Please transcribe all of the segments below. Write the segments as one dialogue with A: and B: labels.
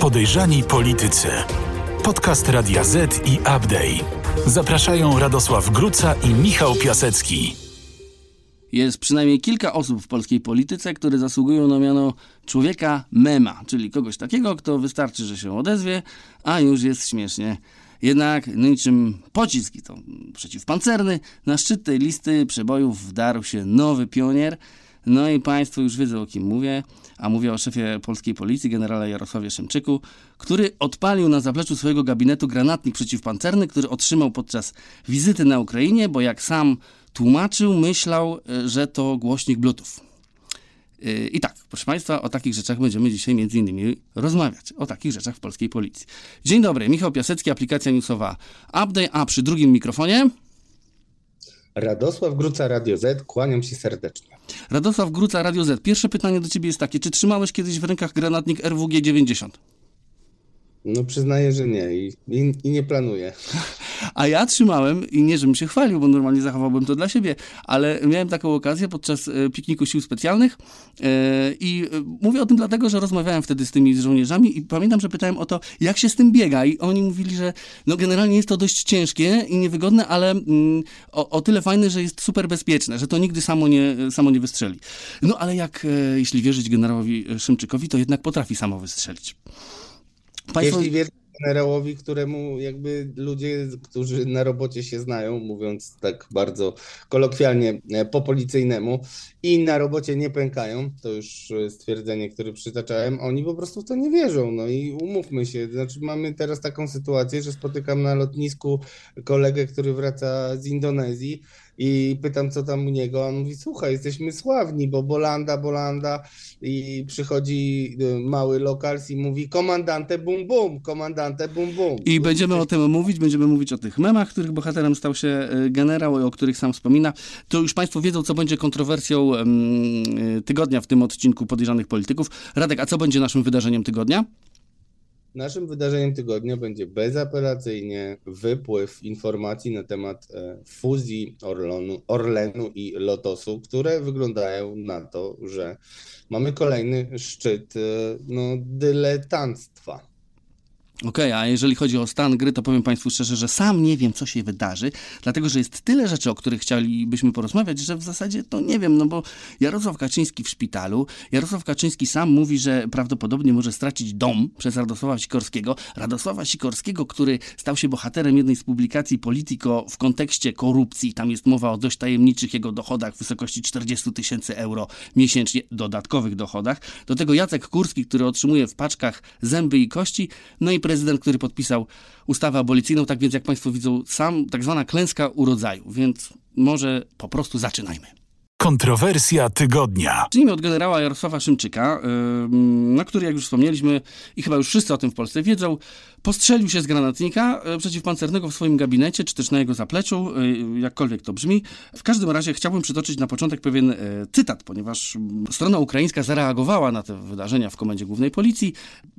A: Podejrzani politycy. Podcast Radia Z i Update. Zapraszają Radosław Gruca i Michał Piasecki.
B: Jest przynajmniej kilka osób w polskiej polityce, które zasługują na miano człowieka mema, czyli kogoś takiego, kto wystarczy, że się odezwie, a już jest śmiesznie. Jednak niczym pocisk, i to przeciwpancerny, na szczyt tej listy przebojów wdarł się nowy pionier. No i państwo już wiedzą, o kim mówię, a mówię o szefie polskiej policji, generale Jarosławie Szymczyku, który odpalił na zapleczu swojego gabinetu granatnik przeciwpancerny, który otrzymał podczas wizyty na Ukrainie, bo jak sam tłumaczył, myślał, że to głośnik Bluetooth. I tak, proszę Państwa, o takich rzeczach będziemy dzisiaj między innymi rozmawiać. O takich rzeczach w polskiej policji. Dzień dobry, Michał Piasecki, aplikacja newsowa Update, a przy drugim mikrofonie...
C: Radosław Gruca, Radio Z, kłaniam się serdecznie.
B: Radosław Gruca, Radio Z. Pierwsze pytanie do Ciebie jest takie, czy trzymałeś kiedyś w rękach granatnik RWG-90?
C: No przyznaję, że nie i nie planuję.
B: A ja trzymałem i nie, żebym się chwalił, bo normalnie zachowałbym to dla siebie, ale miałem taką okazję podczas pikniku sił specjalnych i mówię o tym dlatego, że rozmawiałem wtedy z tymi żołnierzami i pamiętam, że pytałem o to, jak się z tym biega i oni mówili, że no generalnie jest to dość ciężkie i niewygodne, ale o tyle fajne, że jest super bezpieczne, że to nigdy samo nie wystrzeli. No ale jeśli wierzyć generałowi Szymczykowi, to jednak potrafi samo wystrzelić.
C: Jeśli wierzyć generałowi, któremu jakby ludzie, którzy na robocie się znają, mówiąc tak bardzo kolokwialnie po policyjnemu, i na robocie nie pękają, to już stwierdzenie, które przytaczałem, oni po prostu w to nie wierzą. No i umówmy się, znaczy mamy teraz taką sytuację, że spotykam na lotnisku kolegę, który wraca z Indonezji i pytam, co tam u niego, a on mówi, słuchaj, jesteśmy sławni, bo Bolanda i przychodzi mały lokals i mówi komandante bum bum, komandante bum bum.
B: I będziemy o tym mówić, będziemy mówić o tych memach, których bohaterem stał się generał i o których sam wspomina. To już Państwo wiedzą, co będzie kontrowersją tygodnia w tym odcinku Podejrzanych Polityków. Radek, a co będzie naszym wydarzeniem tygodnia?
C: Naszym wydarzeniem tygodnia będzie bezapelacyjnie wypływ informacji na temat fuzji Orlenu i Lotosu, które wyglądają na to, że mamy kolejny szczyt dyletanstwa.
B: Okej, a jeżeli chodzi o stan gry, to powiem Państwu szczerze, że sam nie wiem, co się wydarzy, dlatego, że jest tyle rzeczy, o których chcielibyśmy porozmawiać, że w zasadzie to nie wiem, no bo Jarosław Kaczyński w szpitalu, Jarosław Kaczyński sam mówi, że prawdopodobnie może stracić dom przez Radosława Sikorskiego. Radosława Sikorskiego, który stał się bohaterem jednej z publikacji Politico w kontekście korupcji. Tam jest mowa o dość tajemniczych jego dochodach w wysokości 40 000 euro miesięcznie, dodatkowych dochodach. Do tego Jacek Kurski, który otrzymuje w paczkach zęby i kości, no i prezydent, który podpisał ustawę abolicyjną, tak więc jak Państwo widzą, sam tak zwana klęska urodzaju, więc może po prostu zaczynajmy.
A: Kontrowersja tygodnia.
B: Zacznijmy od generała Jarosława Szymczyka, na który, jak już wspomnieliśmy i chyba już wszyscy o tym w Polsce wiedzą, postrzelił się z granatnika przeciwpancernego w swoim gabinecie, czy też na jego zapleczu, jakkolwiek to brzmi. W każdym razie chciałbym przytoczyć na początek pewien cytat, ponieważ strona ukraińska zareagowała na te wydarzenia w Komendzie Głównej Policji.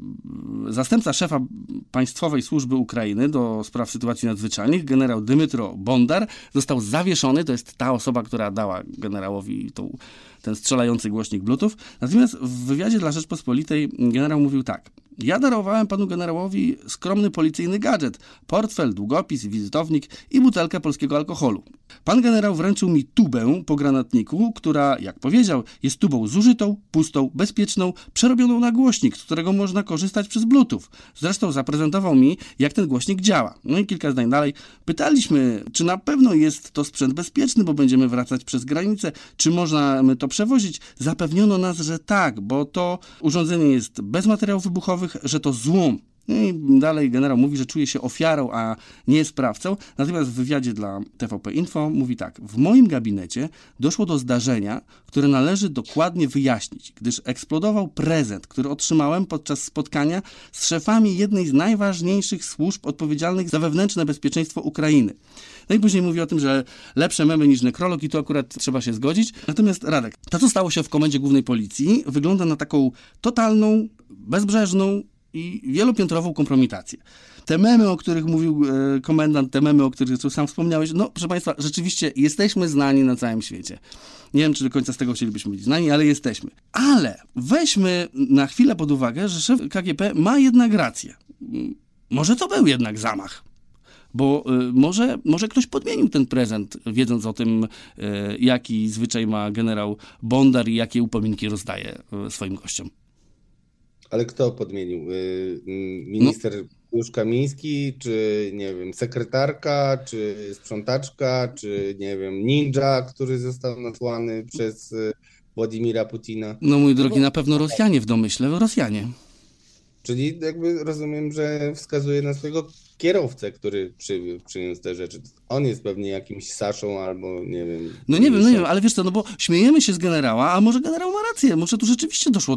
B: Zastępca szefa Państwowej Służby Ukrainy do spraw sytuacji nadzwyczajnych, generał Dmytro Bondar, został zawieszony. To jest ta osoba, która dała generałowi ten strzelający głośnik Bluetooth. Natomiast w wywiadzie dla Rzeczpospolitej generał mówił tak. Ja darowałem panu generałowi skromny policyjny gadżet, portfel, długopis, wizytownik i butelkę polskiego alkoholu. Pan generał wręczył mi tubę po granatniku, która, jak powiedział, jest tubą zużytą, pustą, bezpieczną, przerobioną na głośnik, z którego można korzystać przez Bluetooth. Zresztą zaprezentował mi, jak ten głośnik działa. No i kilka zdań dalej. Pytaliśmy, czy na pewno jest to sprzęt bezpieczny, bo będziemy wracać przez granicę, czy można to przewozić. Zapewniono nas, że tak, bo to urządzenie jest bez materiałów wybuchowych, że to złom. No i dalej generał mówi, że czuje się ofiarą, a nie sprawcą. Natomiast w wywiadzie dla TVP Info mówi tak. W moim gabinecie doszło do zdarzenia, które należy dokładnie wyjaśnić, gdyż eksplodował prezent, który otrzymałem podczas spotkania z szefami jednej z najważniejszych służb odpowiedzialnych za wewnętrzne bezpieczeństwo Ukrainy. No i później mówi o tym, że lepsze memy niż nekrolog i tu akurat trzeba się zgodzić. Natomiast Radek, to co stało się w Komendzie Głównej Policji wygląda na taką totalną, bezbrzeżną i wielopiętrową kompromitację. Te memy, o których mówił komendant, te memy, o których tu sam wspomniałeś, no proszę Państwa, rzeczywiście jesteśmy znani na całym świecie. Nie wiem, czy do końca z tego chcielibyśmy być znani, ale jesteśmy. Ale weźmy na chwilę pod uwagę, że szef KGP ma jednak rację. Może to był jednak zamach. Bo może ktoś podmienił ten prezent, wiedząc o tym, jaki zwyczaj ma generał Bondar i jakie upominki rozdaje swoim gościom.
C: Ale kto podmienił? Minister Jusz Kamiński, czy nie wiem, sekretarka, czy sprzątaczka, czy nie wiem, ninja, który został nasłany przez Władimira Putina?
B: No mój drogi, na pewno Rosjanie w domyśle, Rosjanie.
C: Czyli jakby rozumiem, że wskazuje na swojego kierowcę, który przyniósł te rzeczy. On jest pewnie jakimś Saszą albo nie wiem.
B: No nie wiem, ale wiesz co, no bo śmiejemy się z generała, a może generał ma rację, może tu rzeczywiście doszło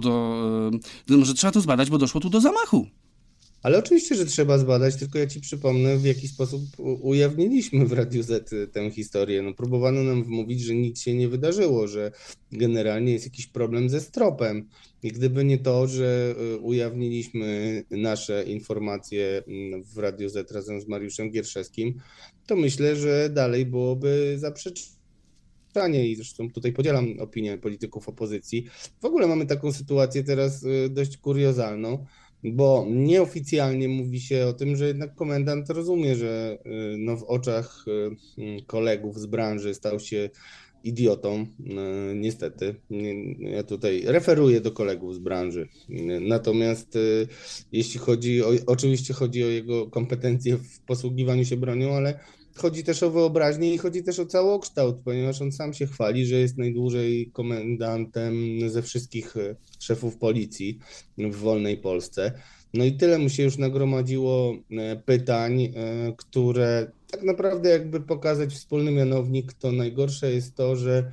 B: może trzeba to zbadać, bo doszło tu do zamachu.
C: Ale oczywiście, że trzeba zbadać, tylko ja ci przypomnę, w jaki sposób ujawniliśmy w Radiu Z tę historię. No, próbowano nam wmówić, że nic się nie wydarzyło, że generalnie jest jakiś problem ze stropem. I gdyby nie to, że ujawniliśmy nasze informacje w Radiu Z razem z Mariuszem Gierszewskim, to myślę, że dalej byłoby zaprzeczanie. I zresztą tutaj podzielam opinię polityków opozycji. W ogóle mamy taką sytuację teraz dość kuriozalną, bo nieoficjalnie mówi się o tym, że jednak komendant rozumie, że no w oczach kolegów z branży stał się idiotą, niestety. Ja tutaj referuję do kolegów z branży. Natomiast jeśli oczywiście chodzi o jego kompetencje w posługiwaniu się bronią, ale chodzi też o wyobraźnię i chodzi też o całokształt, ponieważ on sam się chwali, że jest najdłużej komendantem ze wszystkich szefów policji w wolnej Polsce. No i tyle mu się już nagromadziło pytań, które tak naprawdę jakby pokazać wspólny mianownik, to najgorsze jest to, że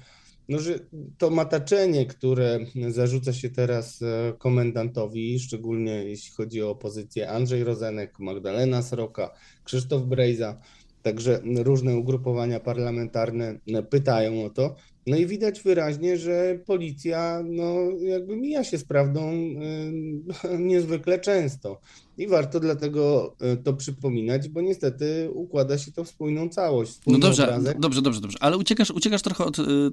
C: to mataczenie, które zarzuca się teraz komendantowi, szczególnie jeśli chodzi o opozycję, Andrzej Rozenek, Magdalena Sroka, Krzysztof Brejza, także różne ugrupowania parlamentarne pytają o to. No i widać wyraźnie, że policja jakby mija się z prawdą niezwykle często. I warto dlatego to przypominać, bo niestety układa się to w spójną całość.
B: No dobrze, ale uciekasz trochę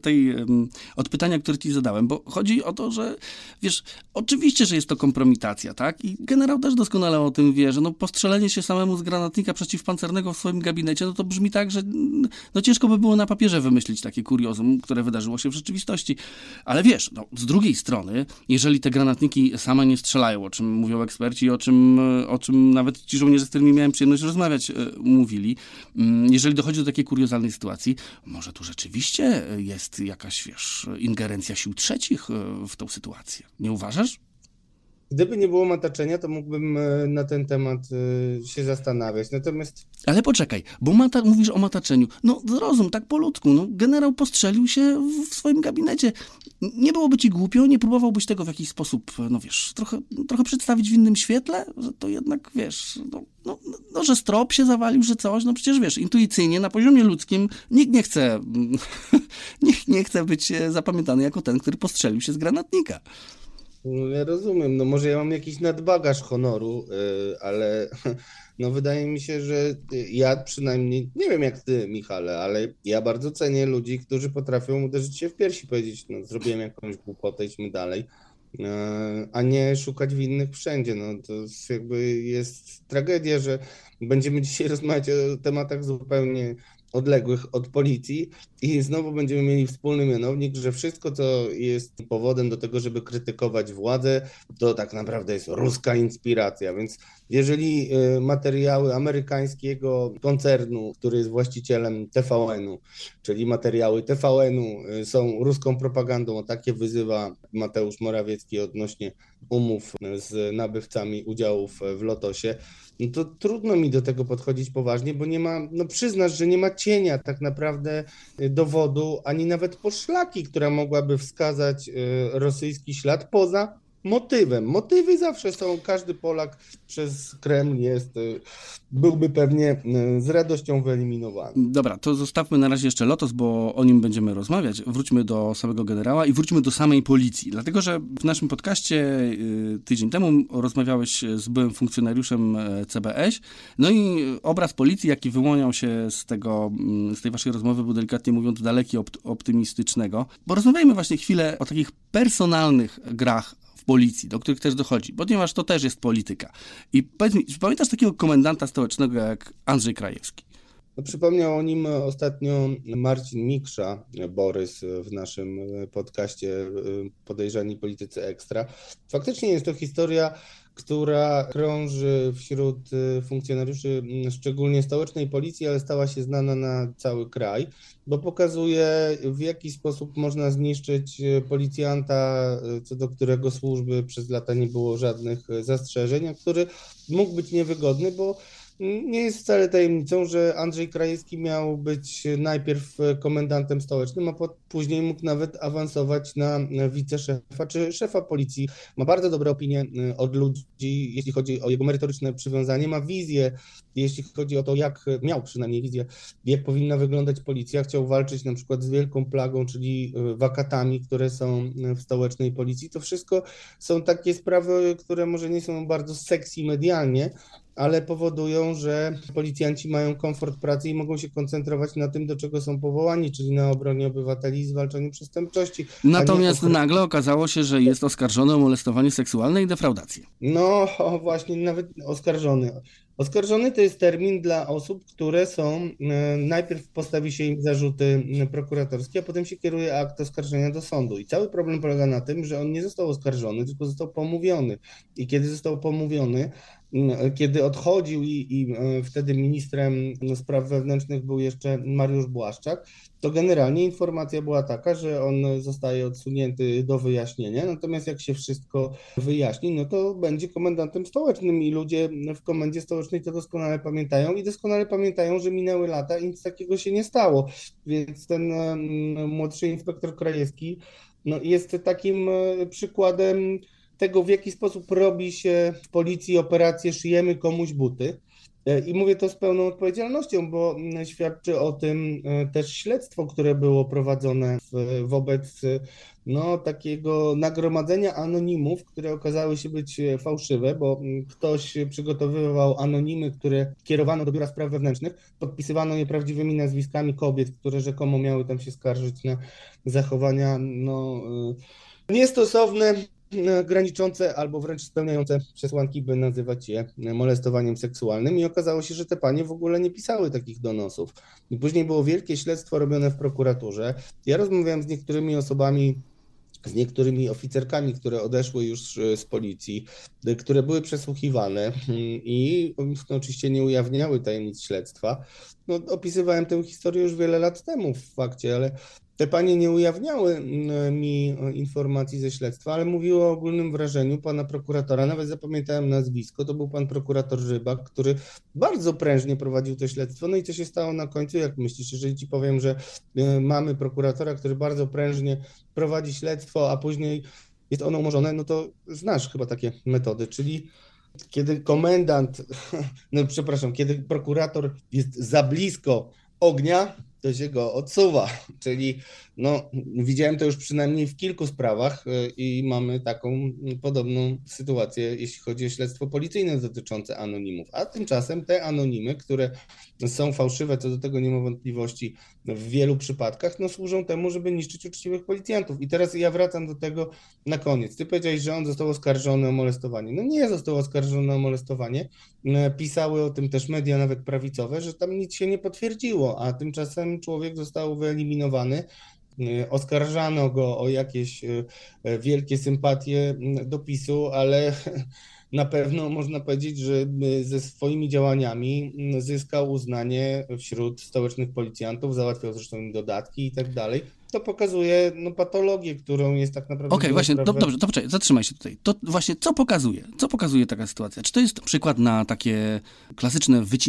B: od pytania, które ci zadałem, bo chodzi o to, że wiesz, oczywiście, że jest to kompromitacja, tak? I generał też doskonale o tym wie, że postrzelenie się samemu z granatnika przeciwpancernego w swoim gabinecie, to brzmi tak, że ciężko by było na papierze wymyślić takie kuriozum, które wydarzyło się w rzeczywistości. Ale wiesz, z drugiej strony, jeżeli te granatniki same nie strzelają, o czym mówią eksperci, o czym nawet ci żołnierze, z którymi miałem przyjemność rozmawiać, mówili, jeżeli dochodzi do takiej kuriozalnej sytuacji, może tu rzeczywiście jest jakaś, ingerencja sił trzecich w tą sytuację. Nie uważasz?
C: Gdyby nie było mataczenia, to mógłbym na ten temat się zastanawiać. Natomiast...
B: Ale poczekaj, bo mówisz o mataczeniu. Zrozum, tak po ludzku. Generał postrzelił się w swoim gabinecie. Nie byłoby ci głupio, nie próbowałbyś tego w jakiś sposób, trochę przedstawić w innym świetle? Że to jednak, że strop się zawalił, że coś. Przecież intuicyjnie, na poziomie ludzkim nikt nie chce być zapamiętany jako ten, który postrzelił się z granatnika.
C: Ja rozumiem, może ja mam jakiś nadbagaż honoru, ale wydaje mi się, że ja przynajmniej, nie wiem jak ty, Michale, ale ja bardzo cenię ludzi, którzy potrafią uderzyć się w piersi, powiedzieć, zrobiłem jakąś głupotę, idźmy dalej, a nie szukać winnych wszędzie. To jest tragedia, że będziemy dzisiaj rozmawiać o tematach zupełnie odległych od policji i znowu będziemy mieli wspólny mianownik, że wszystko, co jest powodem do tego, żeby krytykować władzę, to tak naprawdę jest ruska inspiracja. Więc jeżeli materiały amerykańskiego koncernu, który jest właścicielem TVN-u, czyli materiały TVN-u są ruską propagandą, o takie wyzywa Mateusz Morawiecki odnośnie umów z nabywcami udziałów w Lotosie, to trudno mi do tego podchodzić poważnie, bo nie ma, przyznasz, że nie ma cienia tak naprawdę dowodu, ani nawet poszlaki, która mogłaby wskazać rosyjski ślad, poza motywem. Motywy zawsze są, każdy Polak przez Kreml byłby pewnie z radością wyeliminowany.
B: Dobra, to zostawmy na razie jeszcze Lotos, bo o nim będziemy rozmawiać. Wróćmy do samego generała i wróćmy do samej policji. Dlatego, że w naszym podcaście tydzień temu rozmawiałeś z byłym funkcjonariuszem CBŚ, no i obraz policji, jaki wyłaniał się z tej waszej rozmowy, był delikatnie mówiąc daleki optymistycznego. Bo rozmawiajmy właśnie chwilę o takich personalnych grach w policji, do których też dochodzi, ponieważ to też jest polityka. I powiedz mi, czy pamiętasz takiego komendanta stołecznego jak Andrzej Krajewski?
C: No, przypomniał o nim ostatnio Marcin Miksza, Borys, w naszym podcaście Podejrzani Politycy Ekstra. Faktycznie jest to historia, która krąży wśród funkcjonariuszy szczególnie stołecznej policji, ale stała się znana na cały kraj, bo pokazuje, w jaki sposób można zniszczyć policjanta, co do którego służby przez lata nie było żadnych zastrzeżeń, a który mógł być niewygodny, bo nie jest wcale tajemnicą, że Andrzej Krajewski miał być najpierw komendantem stołecznym, a później mógł nawet awansować na wiceszefa czy szefa policji. Ma bardzo dobre opinie od ludzi, jeśli chodzi o jego merytoryczne przywiązanie. Ma wizję, jeśli chodzi o to, miał przynajmniej wizję, jak powinna wyglądać policja. Chciał walczyć na przykład z wielką plagą, czyli wakatami, które są w stołecznej policji. To wszystko są takie sprawy, które może nie są bardzo sexy medialnie, ale powodują, że policjanci mają komfort pracy i mogą się koncentrować na tym, do czego są powołani, czyli na obronie obywateli i zwalczaniu przestępczości.
B: Natomiast nagle okazało się, że jest oskarżony o molestowanie seksualne i defraudację.
C: No właśnie, nawet oskarżony. Oskarżony to jest termin dla osób, które są, najpierw postawi się im zarzuty prokuratorskie, a potem się kieruje akt oskarżenia do sądu. I cały problem polega na tym, że on nie został oskarżony, tylko został pomówiony. I kiedy został pomówiony, kiedy odchodził i wtedy ministrem spraw wewnętrznych był jeszcze Mariusz Błaszczak, to generalnie informacja była taka, że on zostaje odsunięty do wyjaśnienia, natomiast jak się wszystko wyjaśni, no to będzie komendantem stołecznym i ludzie w komendzie stołecznej to doskonale pamiętają i doskonale pamiętają, że minęły lata i nic takiego się nie stało, więc ten młodszy inspektor Krajewski jest takim przykładem tego, w jaki sposób robi się w policji operację "szyjemy komuś buty". I mówię to z pełną odpowiedzialnością, bo świadczy o tym też śledztwo, które było prowadzone wobec takiego nagromadzenia anonimów, które okazały się być fałszywe, bo ktoś przygotowywał anonimy, które kierowano do Biura Spraw Wewnętrznych, podpisywano nieprawdziwymi nazwiskami kobiet, które rzekomo miały tam się skarżyć na zachowania niestosowne, graniczące albo wręcz spełniające przesłanki, by nazywać je molestowaniem seksualnym, i okazało się, że te panie w ogóle nie pisały takich donosów. I później było wielkie śledztwo robione w prokuraturze. Ja rozmawiałem z niektórymi osobami, z niektórymi oficerkami, które odeszły już z policji, które były przesłuchiwane i oczywiście nie ujawniały tajemnic śledztwa. Opisywałem tę historię już wiele lat temu w fakcie, ale te panie nie ujawniały mi informacji ze śledztwa, ale mówiły o ogólnym wrażeniu pana prokuratora. Nawet zapamiętałem nazwisko. To był pan prokurator Rybak, który bardzo prężnie prowadził to śledztwo. No i co się stało na końcu? Jak myślisz, jeżeli ci powiem, że mamy prokuratora, który bardzo prężnie prowadzi śledztwo, a później jest ono umorzone, no to znasz chyba takie metody, czyli kiedy kiedy prokurator jest za blisko ognia, to się go odsuwa, czyli widziałem to już przynajmniej w kilku sprawach i mamy taką podobną sytuację, jeśli chodzi o śledztwo policyjne dotyczące anonimów, a tymczasem te anonimy, które są fałszywe, co do tego nie ma wątpliwości w wielu przypadkach, służą temu, żeby niszczyć uczciwych policjantów. I teraz ja wracam do tego na koniec. Ty powiedziałeś, że on został oskarżony o molestowanie. Nie został oskarżony o molestowanie. Pisały o tym też media, nawet prawicowe, że tam nic się nie potwierdziło, a tymczasem człowiek został wyeliminowany. Oskarżano go o jakieś wielkie sympatie do PiS-u, ale na pewno można powiedzieć, że ze swoimi działaniami zyskał uznanie wśród stołecznych policjantów, załatwiał zresztą im dodatki i tak dalej. To pokazuje patologię, którą jest tak naprawdę...
B: Okej, właśnie, dobrze, to poczekaj, zatrzymaj się tutaj. To właśnie co pokazuje? Co pokazuje taka sytuacja? Czy to jest przykład na takie klasyczne wycinanie?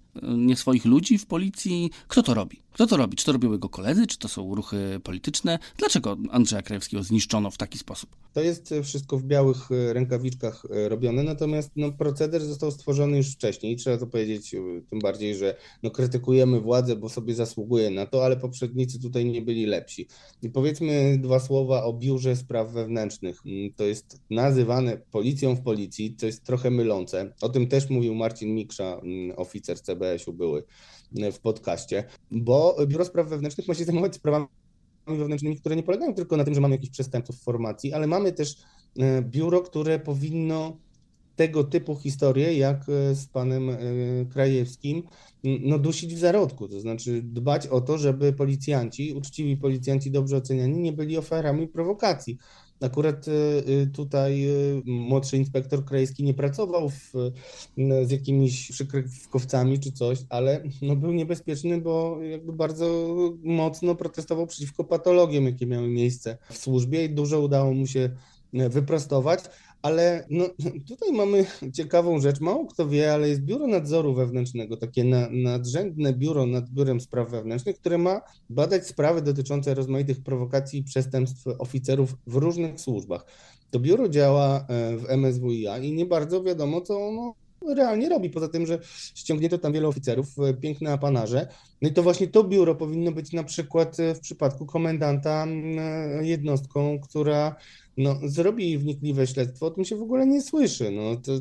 B: nie swoich ludzi w policji? Kto to robi? Kto to robi? Czy to robią jego koledzy? Czy to są ruchy polityczne? Dlaczego Andrzeja Krajewskiego zniszczono w taki sposób?
C: To jest wszystko w białych rękawiczkach robione, natomiast proceder został stworzony już wcześniej. Trzeba to powiedzieć, tym bardziej, że krytykujemy władzę, bo sobie zasługuje na to, ale poprzednicy tutaj nie byli lepsi. I powiedzmy dwa słowa o Biurze Spraw Wewnętrznych. To jest nazywane policją w policji, to jest trochę mylące. O tym też mówił Marcin Miksza, oficer CBS-u były w podcaście, bo Biuro Spraw Wewnętrznych ma się zajmować sprawami wewnętrznymi, które nie polegają tylko na tym, że mamy jakichś przestępców w formacji, ale mamy też biuro, które powinno tego typu historie, jak z panem Krajewskim, dusić w zarodku, to znaczy dbać o to, żeby policjanci, uczciwi policjanci dobrze oceniani, nie byli ofiarami prowokacji. Akurat tutaj młodszy inspektor Krajewski nie pracował z jakimiś przykrywkowcami czy coś, ale był niebezpieczny, bo jakby bardzo mocno protestował przeciwko patologiom, jakie miały miejsce w służbie i dużo udało mu się wyprostować. Ale tutaj mamy ciekawą rzecz, mało kto wie, ale jest Biuro Nadzoru Wewnętrznego, takie nadrzędne biuro nad Biurem Spraw Wewnętrznych, które ma badać sprawy dotyczące rozmaitych prowokacji i przestępstw oficerów w różnych służbach. To biuro działa w MSWiA i nie bardzo wiadomo, co ono realnie robi, poza tym, że ściągnięto tam wielu oficerów, piękne apanarze. No i to właśnie to biuro powinno być na przykład w przypadku komendanta jednostką, która zrobi wnikliwe śledztwo, o tym się w ogóle nie słyszy.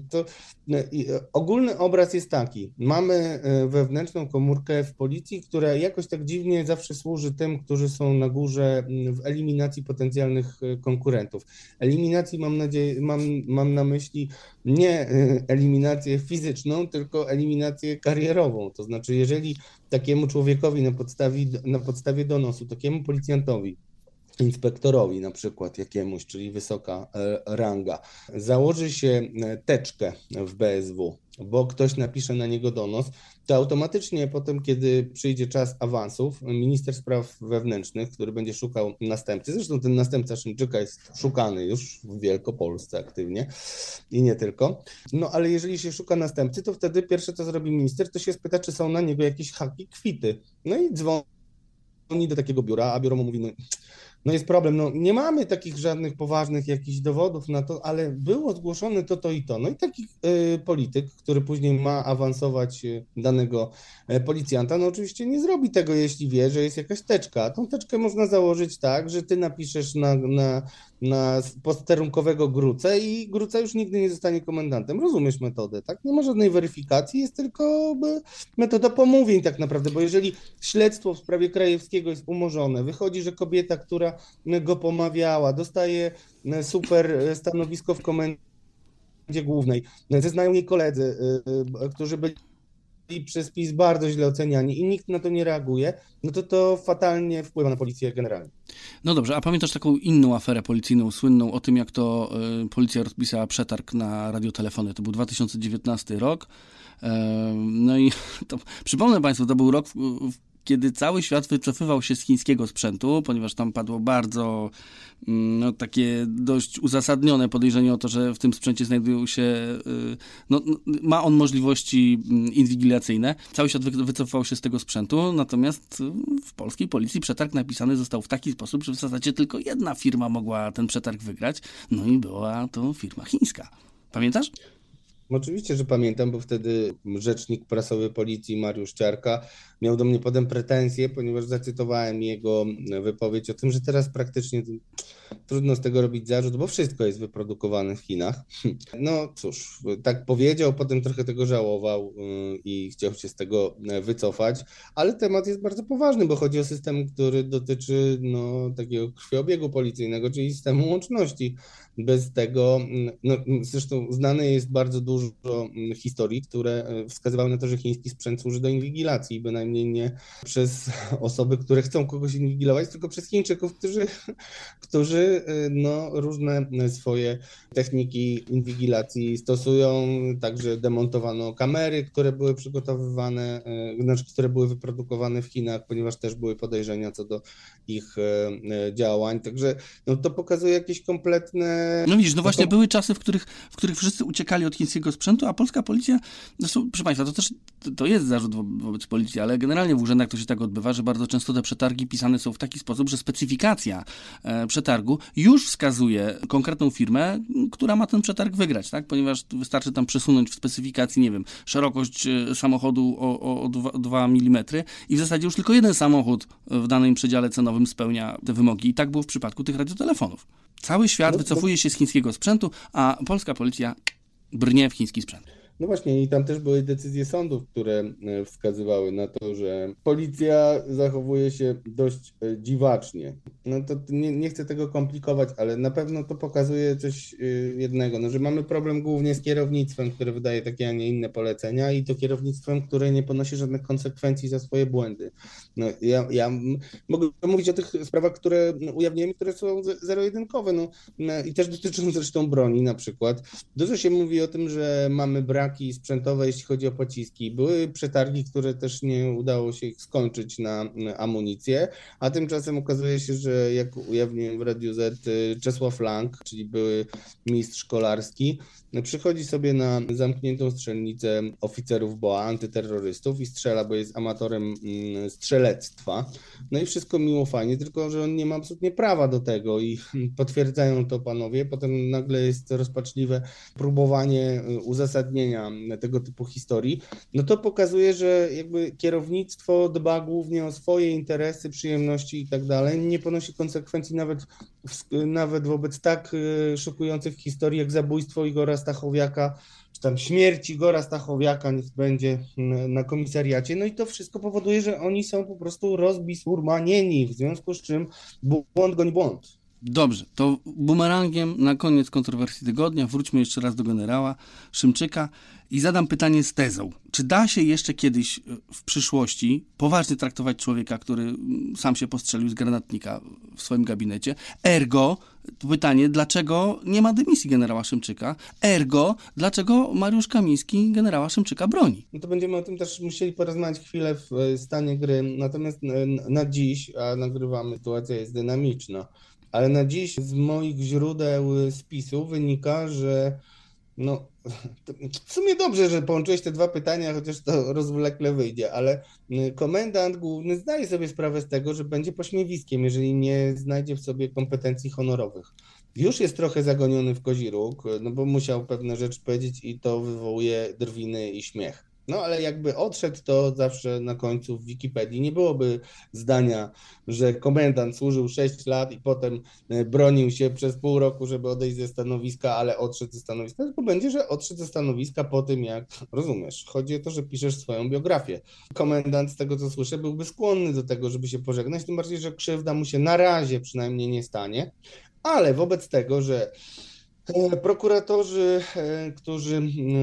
C: Ogólny obraz jest taki. Mamy wewnętrzną komórkę w policji, która jakoś tak dziwnie zawsze służy tym, którzy są na górze w eliminacji potencjalnych konkurentów. Eliminacji mam na myśli nie eliminację fizyczną, tylko eliminację karierową. To znaczy, jeżeli takiemu człowiekowi na podstawie donosu, takiemu policjantowi, inspektorowi na przykład jakiemuś, czyli wysoka ranga, założy się teczkę w BSW, bo ktoś napisze na niego donos, to automatycznie potem, kiedy przyjdzie czas awansów, minister spraw wewnętrznych, który będzie szukał następcy, zresztą ten następca Szymczyka jest szukany już w Wielkopolsce aktywnie i nie tylko, ale jeżeli się szuka następcy, to wtedy pierwsze co zrobi minister, to się spyta, czy są na niego jakieś haki, kwity. I dzwoni do takiego biura, a biuro mu mówi, jest problem, nie mamy takich żadnych poważnych jakichś dowodów na to, ale było zgłoszone to i to. I taki polityk, który później ma awansować danego policjanta, oczywiście nie zrobi tego, jeśli wie, że jest jakaś teczka. Tą teczkę można założyć tak, że ty napiszesz na posterunkowego Grucę i Gruca już nigdy nie zostanie komendantem. Rozumiesz metodę, tak? Nie ma żadnej weryfikacji, jest tylko metoda pomówień tak naprawdę, bo jeżeli śledztwo w sprawie Krajewskiego jest umorzone, wychodzi, że kobieta, która go pomawiała, dostaje super stanowisko w komendzie głównej, zeznają jej koledzy, którzy byli przez PiS bardzo źle oceniani i nikt na to nie reaguje, to fatalnie wpływa na policję generalnie.
B: No dobrze, a pamiętasz taką inną aferę policyjną, słynną o tym, jak to policja rozpisała przetarg na radiotelefony? To był 2019 rok. I to, przypomnę Państwu, to był rok, kiedy cały świat wycofywał się z chińskiego sprzętu, ponieważ tam padło bardzo takie dość uzasadnione podejrzenie o to, że w tym sprzęcie znajdują się, ma on możliwości inwigilacyjne. Cały świat wycofywał się z tego sprzętu, natomiast w polskiej policji przetarg napisany został w taki sposób, że w zasadzie tylko jedna firma mogła ten przetarg wygrać, i była to firma chińska. Pamiętasz?
C: Oczywiście, że pamiętam, bo wtedy rzecznik prasowy policji Mariusz Ciarka miał do mnie potem pretensje, ponieważ zacytowałem jego wypowiedź o tym, że teraz praktycznie trudno z tego robić zarzut, bo wszystko jest wyprodukowane w Chinach. Cóż, tak powiedział, potem trochę tego żałował i chciał się z tego wycofać, ale temat jest bardzo poważny, bo chodzi o system, który dotyczy takiego krwiobiegu policyjnego, czyli systemu łączności. Bez tego, zresztą znane jest bardzo dużo historii, które wskazywały na to, że chiński sprzęt służy do inwigilacji, bynajmniej nie przez osoby, które chcą kogoś inwigilować, tylko przez Chińczyków, którzy różne swoje techniki inwigilacji stosują. Także demontowano kamery, które były przygotowywane, które były wyprodukowane w Chinach, ponieważ też były podejrzenia co do ich działań. Także to pokazuje jakieś kompletne
B: No widzisz, no właśnie były czasy, w których wszyscy uciekali od chińskiego sprzętu, a polska policja, zresztą, proszę Państwa, to jest zarzut wobec policji, ale generalnie w urzędach to się tak odbywa, że bardzo często te przetargi pisane są w taki sposób, że specyfikacja przetargu już wskazuje konkretną firmę, która ma ten przetarg wygrać, tak? Ponieważ wystarczy tam przesunąć w specyfikacji, nie wiem, szerokość samochodu o 2 mm i w zasadzie już tylko jeden samochód w danym przedziale cenowym spełnia te wymogi. I tak było w przypadku tych radiotelefonów. Cały świat wycofuje się z chińskiego sprzętu, a polska policja brnie w chiński sprzęt.
C: No właśnie i tam też były decyzje sądów, które wskazywały na to, że policja zachowuje się dość dziwacznie. No to nie chcę tego komplikować, ale na pewno to pokazuje coś jednego, no, że mamy problem głównie z kierownictwem, które wydaje takie, a nie inne polecenia i to kierownictwem, które nie ponosi żadnych konsekwencji za swoje błędy. No, ja mogę mówić o tych sprawach, które ujawniłem, które są zero-jedynkowe, no, i też dotyczą zresztą broni na przykład. Dużo się mówi o tym, że mamy braki sprzętowe, jeśli chodzi o pociski. Były przetargi, które też nie udało się ich skończyć na amunicję, a tymczasem okazuje się, że jak ujawniłem w Radiu Z, Czesław Lang, czyli były mistrz szkolarski, przychodzi sobie na zamkniętą strzelnicę oficerów BOA, antyterrorystów i strzela, bo jest amatorem strzelectwa. No i wszystko miło, fajnie, tylko że on nie ma absolutnie prawa do tego i potwierdzają to panowie. Potem nagle jest rozpaczliwe próbowanie uzasadnienia tego typu historii. No to pokazuje, że jakby kierownictwo dba głównie o swoje interesy, przyjemności i tak dalej, nie ponosi konsekwencji nawet wobec tak szokujących historii jak zabójstwo Igora Stachowiaka, czy tam śmierć Igora Stachowiaka, niech będzie na komisariacie. No i to wszystko powoduje, że oni są po prostu rozbisurmanieni, w związku z czym błąd goni błąd.
B: Dobrze, to bumerangiem na koniec kontrowersji tygodnia wróćmy jeszcze raz do generała Szymczyka i zadam pytanie z tezą. Czy da się jeszcze kiedyś w przyszłości poważnie traktować człowieka, który sam się postrzelił z granatnika w swoim gabinecie? Ergo, pytanie, dlaczego nie ma dymisji generała Szymczyka? Ergo, dlaczego Mariusz Kamiński generała Szymczyka broni?
C: No to będziemy o tym też musieli porozmawiać chwilę w stanie gry. Natomiast na dziś, a nagrywamy, sytuacja jest dynamiczna. Ale na dziś z moich źródeł spisu wynika, że no, w sumie dobrze, że połączyłeś te dwa pytania, chociaż to rozwlekle wyjdzie, ale komendant główny zdaje sobie sprawę z tego, że będzie pośmiewiskiem, jeżeli nie znajdzie w sobie kompetencji honorowych. Już jest trochę zagoniony w kozi róg, no bo musiał pewne rzeczy powiedzieć i to wywołuje drwiny i śmiech. No ale jakby odszedł, to zawsze na końcu w Wikipedii nie byłoby zdania, że komendant służył 6 lat i potem bronił się przez pół roku, żeby odejść ze stanowiska, ale odszedł ze stanowiska, tylko będzie, że odszedł ze stanowiska po tym, jak, rozumiesz, chodzi o to, że piszesz swoją biografię. Komendant, z tego co słyszę, byłby skłonny do tego, żeby się pożegnać, tym bardziej, że krzywda mu się na razie przynajmniej nie stanie, ale wobec tego, że prokuratorzy, którzy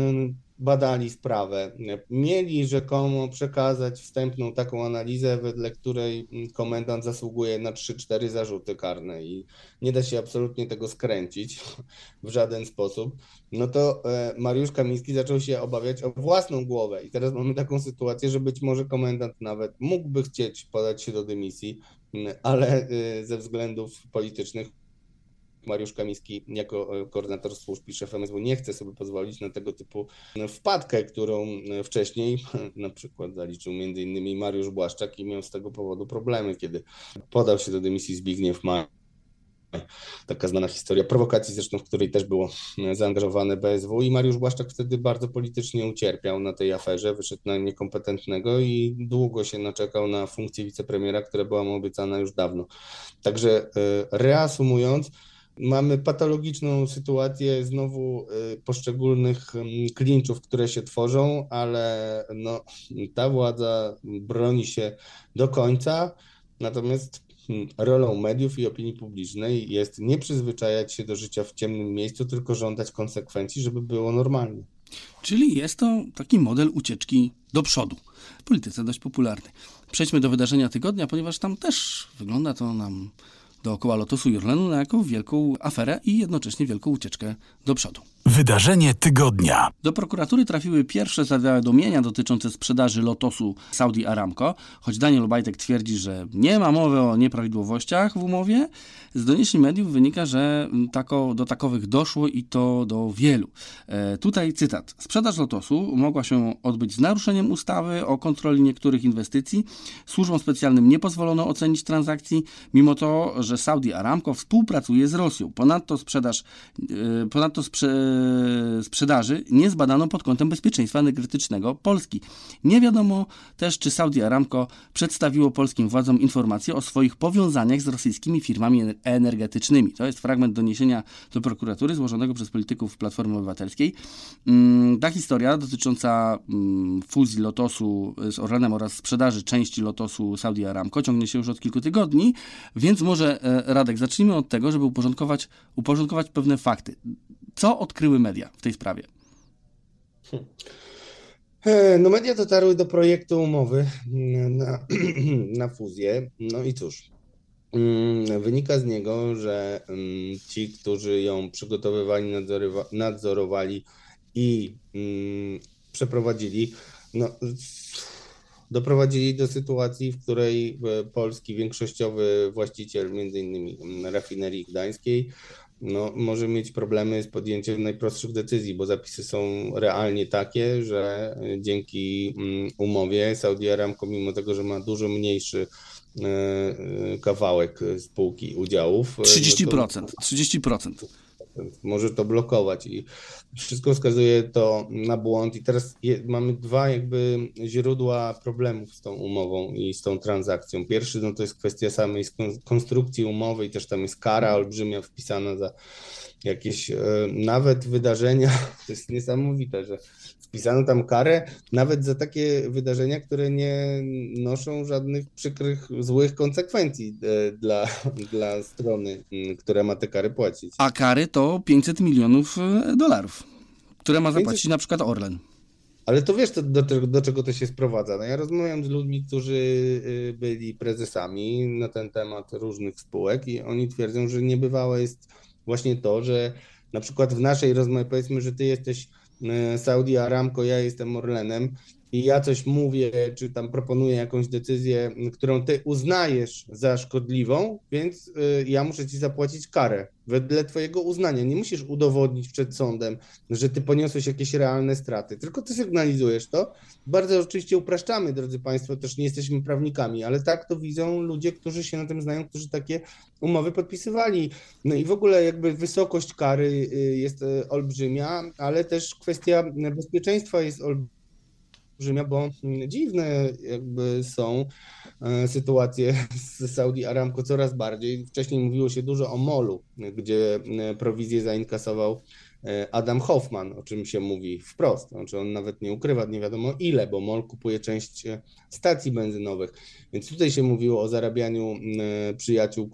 C: badali sprawę, mieli rzekomo przekazać wstępną taką analizę, wedle której komendant zasługuje na 3-4 zarzuty karne i nie da się absolutnie tego skręcić w żaden sposób, no to Mariusz Kamiński zaczął się obawiać o własną głowę i teraz mamy taką sytuację, że być może komendant nawet mógłby chcieć podać się do dymisji, ale ze względów politycznych Mariusz Kamiński jako koordynator służb i szef MSW nie chce sobie pozwolić na tego typu wpadkę, którą wcześniej na przykład zaliczył m.in. Mariusz Błaszczak i miał z tego powodu problemy, kiedy podał się do dymisji Zbigniew Maj. Taka znana historia prowokacji zresztą, w której też było zaangażowane BSW i Mariusz Błaszczak wtedy bardzo politycznie ucierpiał na tej aferze, wyszedł na niekompetentnego i długo się naczekał na funkcję wicepremiera, która była mu obiecana już dawno. Także reasumując, mamy patologiczną sytuację znowu poszczególnych klinczów, które się tworzą, ale no, ta władza broni się do końca, natomiast rolą mediów i opinii publicznej jest nie przyzwyczajać się do życia w ciemnym miejscu, tylko żądać konsekwencji, żeby było normalnie.
B: Czyli jest to taki model ucieczki do przodu. W polityce dość popularny. Przejdźmy do wydarzenia tygodnia, ponieważ tam też wygląda to nam dookoła Lotosu i Orlenu na jaką wielką aferę i jednocześnie wielką ucieczkę do przodu.
A: Wydarzenie tygodnia.
B: Do prokuratury trafiły pierwsze zawiadomienia dotyczące sprzedaży Lotosu Saudi Aramco, choć Daniel Obajtek twierdzi, że nie ma mowy o nieprawidłowościach w umowie. Z doniesień mediów wynika, że do takowych doszło i to do wielu. Tutaj cytat. Sprzedaż Lotosu mogła się odbyć z naruszeniem ustawy o kontroli niektórych inwestycji. Służbom specjalnym nie pozwolono ocenić transakcji, mimo to, że Saudi Aramco współpracuje z Rosją. Ponadto sprzedaży nie zbadano pod kątem bezpieczeństwa energetycznego Polski. Nie wiadomo też, czy Saudi Aramco przedstawiło polskim władzom informacje o swoich powiązaniach z rosyjskimi firmami energetycznymi. To jest fragment doniesienia do prokuratury złożonego przez polityków Platformy Obywatelskiej. Ta historia dotycząca fuzji Lotosu z Orlenem oraz sprzedaży części Lotosu Saudi Aramco ciągnie się już od kilku tygodni, więc może, Radek, zacznijmy od tego, żeby uporządkować pewne fakty. Co odkryły media w tej sprawie?
C: No media dotarły do projektu umowy na fuzję. No i cóż, wynika z niego, że ci, którzy ją przygotowywali, nadzorowali i przeprowadzili, doprowadzili do sytuacji, w której polski większościowy właściciel, między innymi rafinerii gdańskiej, może mieć problemy z podjęciem najprostszych decyzji, bo zapisy są realnie takie, że dzięki umowie Saudi Aramco, mimo tego, że ma dużo mniejszy kawałek spółki udziałów.
B: 30%.
C: Może to blokować i wszystko wskazuje to na błąd. I teraz mamy dwa jakby źródła problemów z tą umową i z tą transakcją. Pierwszy to jest kwestia samej konstrukcji umowy i też tam jest kara olbrzymia wpisana za jakieś nawet wydarzenia. To jest niesamowite, że wpisano tam karę nawet za takie wydarzenia, które nie noszą żadnych przykrych, złych konsekwencji dla strony, która ma te kary płacić.
B: A kary to $500 milionów, które ma zapłacić na przykład Orlen.
C: Ale to wiesz, do czego to się sprowadza. Ja rozmawiam z ludźmi, którzy byli prezesami na ten temat różnych spółek i oni twierdzą, że niebywałe jest właśnie to, że na przykład w naszej rozmowie, powiedzmy, że ty jesteś Saudi Aramco, ja jestem Orlenem i ja coś mówię, czy tam proponuję jakąś decyzję, którą ty uznajesz za szkodliwą, więc ja muszę ci zapłacić karę wedle twojego uznania. Nie musisz udowodnić przed sądem, że ty poniosłeś jakieś realne straty, tylko ty sygnalizujesz to. Bardzo oczywiście upraszczamy, drodzy państwo, też nie jesteśmy prawnikami, ale tak to widzą ludzie, którzy się na tym znają, którzy takie umowy podpisywali. No i w ogóle jakby wysokość kary jest olbrzymia, ale też kwestia bezpieczeństwa jest olbrzymia, bo dziwne jakby są sytuacje z Saudi Aramco coraz bardziej. Wcześniej mówiło się dużo o MOL-u, gdzie prowizję zainkasował Adam Hoffman, o czym się mówi wprost. Znaczy on nawet nie ukrywa, nie wiadomo ile, bo MOL kupuje część stacji benzynowych. Więc tutaj się mówiło o zarabianiu przyjaciół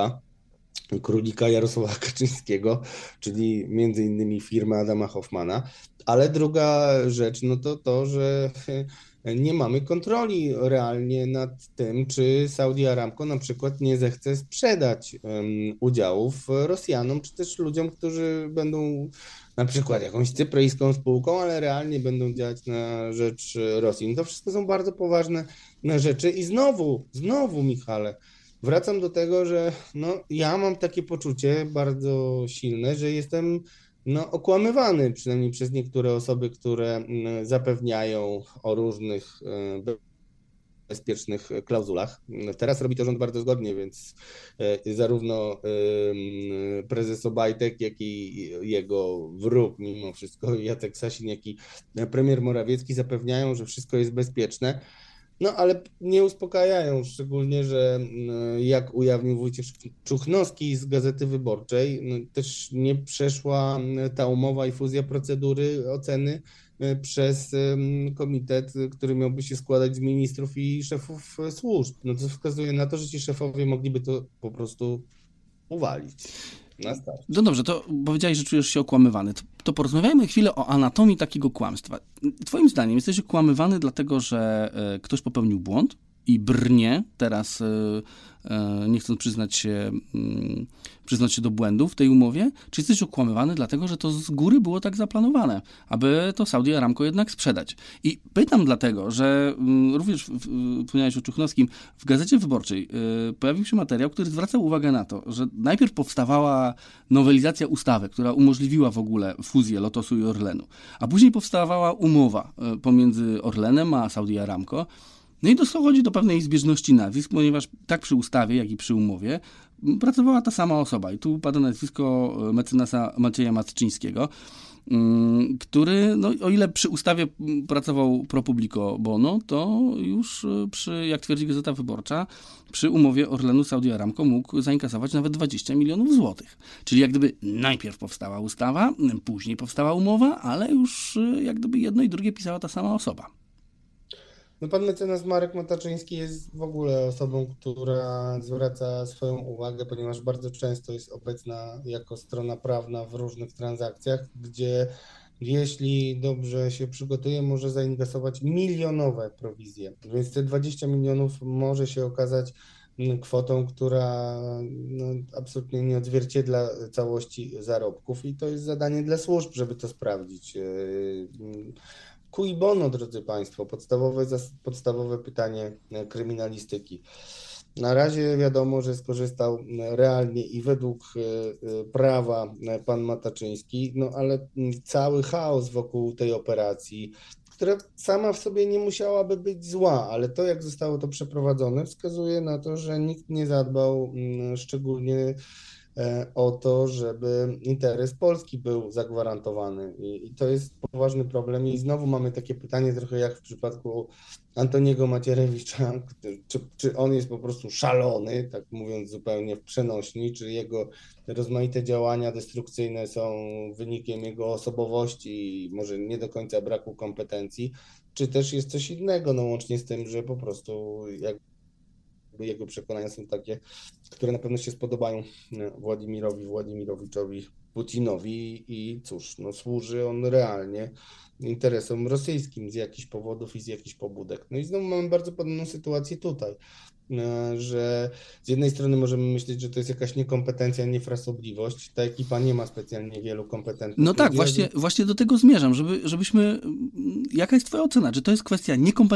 C: królika Jarosława Kaczyńskiego, czyli między innymi firmy Adama Hoffmana. Ale druga rzecz, to, że nie mamy kontroli realnie nad tym, czy Saudi Aramco na przykład nie zechce sprzedać udziałów Rosjanom, czy też ludziom, którzy będą na przykład jakąś cypryjską spółką, ale realnie będą działać na rzecz Rosji. To wszystko są bardzo poważne rzeczy i znowu, Michale, wracam do tego, że ja mam takie poczucie bardzo silne, że jestem okłamywany, przynajmniej przez niektóre osoby, które zapewniają o różnych bezpiecznych klauzulach. Teraz robi to rząd bardzo zgodnie, więc zarówno prezes Obajtek, jak i jego wróg, mimo wszystko, Jacek Sasin, jak i premier Morawiecki zapewniają, że wszystko jest bezpieczne. Ale nie uspokajają, szczególnie, że jak ujawnił Wojciech Czuchnowski z Gazety Wyborczej, też nie przeszła ta umowa i fuzja procedury oceny przez komitet, który miałby się składać z ministrów i szefów służb. To wskazuje na to, że ci szefowie mogliby to po prostu uwalić.
B: No dobrze, to powiedziałeś, że czujesz się okłamywany. To porozmawiajmy chwilę o anatomii takiego kłamstwa. Twoim zdaniem jesteś okłamywany dlatego, że ktoś popełnił błąd i brnie teraz, nie chcąc przyznać się do błędu w tej umowie, czy jesteś okłamywany dlatego, że to z góry było tak zaplanowane, aby to Saudi Aramco jednak sprzedać. I pytam dlatego, że również wspomniałeś o Czuchnowskim, w Gazecie Wyborczej pojawił się materiał, który zwracał uwagę na to, że najpierw powstawała nowelizacja ustawy, która umożliwiła w ogóle fuzję Lotosu i Orlenu, a później powstawała umowa pomiędzy Orlenem a Saudi Aramco. No i dochodzi do pewnej zbieżności nazwisk, ponieważ tak przy ustawie, jak i przy umowie pracowała ta sama osoba. I tu pada nazwisko mecenasa Macieja Matczyńskiego, który, no, o ile przy ustawie pracował pro publico bono, to już jak twierdzi Gazeta Wyborcza, przy umowie Orlenu Saudi Aramco mógł zainkasować nawet 20 milionów złotych. Czyli jak gdyby najpierw powstała ustawa, później powstała umowa, ale już jak gdyby jedno i drugie pisała ta sama osoba.
C: No pan mecenas Marek Mataczyński jest w ogóle osobą, która zwraca swoją uwagę, ponieważ bardzo często jest obecna jako strona prawna w różnych transakcjach, gdzie jeśli dobrze się przygotuje, może zainkasować milionowe prowizje. Więc te 20 milionów może się okazać kwotą, która absolutnie nie odzwierciedla całości zarobków i to jest zadanie dla służb, żeby to sprawdzić. Cui bono, drodzy Państwo, podstawowe pytanie kryminalistyki. Na razie wiadomo, że skorzystał realnie i według prawa pan Mataczyński, no ale cały chaos wokół tej operacji, która sama w sobie nie musiałaby być zła, ale to, jak zostało to przeprowadzone, wskazuje na to, że nikt nie zadbał szczególnie o to, żeby interes Polski był zagwarantowany. I to jest poważny problem. I znowu mamy takie pytanie, trochę jak w przypadku Antoniego Macierewicza, czy on jest po prostu szalony, tak mówiąc zupełnie w przenośni, czy jego rozmaite działania destrukcyjne są wynikiem jego osobowości i może nie do końca braku kompetencji, czy też jest coś innego, no łącznie z tym, że po prostu jego przekonania są takie, które na pewno się spodobają Władimirowiczowi Putinowi i cóż, no służy on realnie interesom rosyjskim z jakichś powodów i z jakichś pobudek. No i znowu mamy bardzo podobną sytuację tutaj, że z jednej strony możemy myśleć, że to jest jakaś niekompetencja, niefrasobliwość. Ta ekipa nie ma specjalnie wielu kompetentnych.
B: No tak, właśnie do tego zmierzam, żebyśmy... Jaka jest twoja ocena? Czy to jest kwestia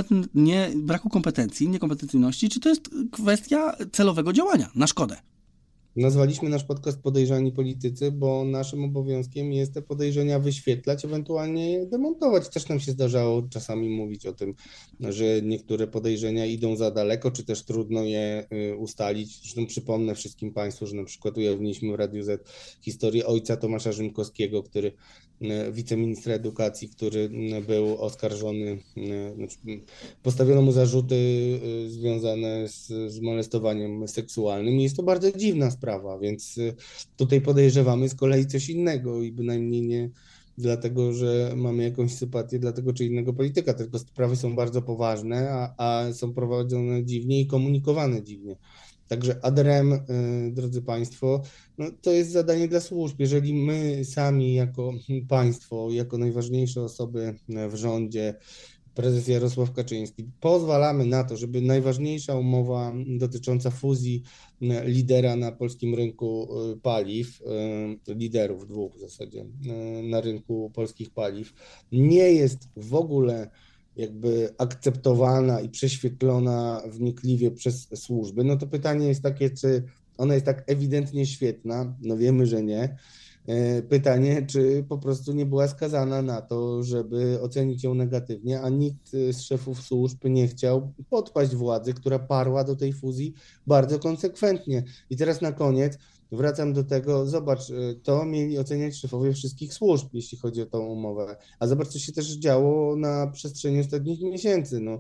B: braku kompetencji, niekompetencyjności, czy to jest kwestia celowego działania na szkodę?
C: Nazwaliśmy nasz podcast Podejrzani Politycy, bo naszym obowiązkiem jest te podejrzenia wyświetlać, ewentualnie je demontować. Też nam się zdarzało czasami mówić o tym, że niektóre podejrzenia idą za daleko, czy też trudno je ustalić. Zresztą przypomnę wszystkim Państwu, że na przykład ujawniliśmy w Radiu Z historię ojca Tomasza Rzymkowskiego, wiceministra edukacji, który był oskarżony, postawiono mu zarzuty związane z molestowaniem seksualnym i jest to bardzo dziwna sprawa, więc tutaj podejrzewamy z kolei coś innego i bynajmniej nie dlatego, że mamy jakąś sympatię dla tego czy innego polityka, tylko sprawy są bardzo poważne, a są prowadzone dziwnie i komunikowane dziwnie. Także ad rem, drodzy Państwo, no to jest zadanie dla służb. Jeżeli my sami jako państwo, jako najważniejsze osoby w rządzie, prezes Jarosław Kaczyński, pozwalamy na to, żeby najważniejsza umowa dotycząca fuzji lidera na polskim rynku paliw, liderów dwóch w zasadzie na rynku polskich paliw, nie jest w ogóle jakby akceptowana i prześwietlona wnikliwie przez służby, no to pytanie jest takie, czy ona jest tak ewidentnie świetna, no wiemy, że nie. Pytanie, czy po prostu nie była skazana na to, żeby ocenić ją negatywnie, a nikt z szefów służb nie chciał podpaść władzy, która parła do tej fuzji bardzo konsekwentnie. I teraz na koniec wracam do tego, zobacz, to mieli oceniać szefowie wszystkich służb, jeśli chodzi o tą umowę. A zobacz, co się też działo na przestrzeni ostatnich miesięcy. No,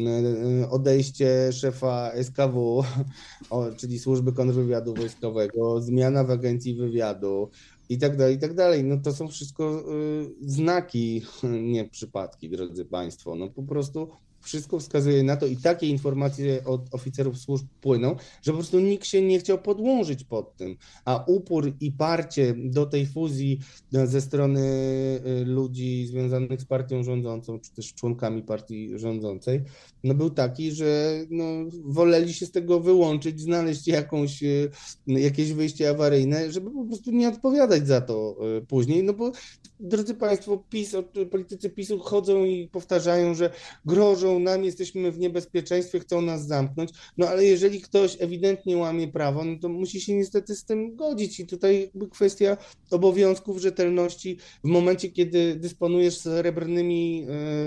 C: odejście szefa SKW, czyli Służby Kontrwywiadu Wojskowego, zmiana w Agencji Wywiadu i tak dalej, i tak dalej. No to są wszystko znaki, nie przypadki, drodzy Państwo. No po prostu wszystko wskazuje na to i takie informacje od oficerów służb płyną, że po prostu nikt się nie chciał podłączyć pod tym, a upór i parcie do tej fuzji ze strony ludzi związanych z partią rządzącą, czy też członkami partii rządzącej, no był taki, że no, woleli się z tego wyłączyć, znaleźć jakieś wyjście awaryjne, żeby po prostu nie odpowiadać za to później, no bo drodzy Państwo, politycy PiS-u chodzą i powtarzają, że grożą nam, jesteśmy w niebezpieczeństwie, chcą nas zamknąć, no ale jeżeli ktoś ewidentnie łamie prawo, no to musi się niestety z tym godzić i tutaj kwestia obowiązków, rzetelności w momencie, kiedy dysponujesz srebrnymi,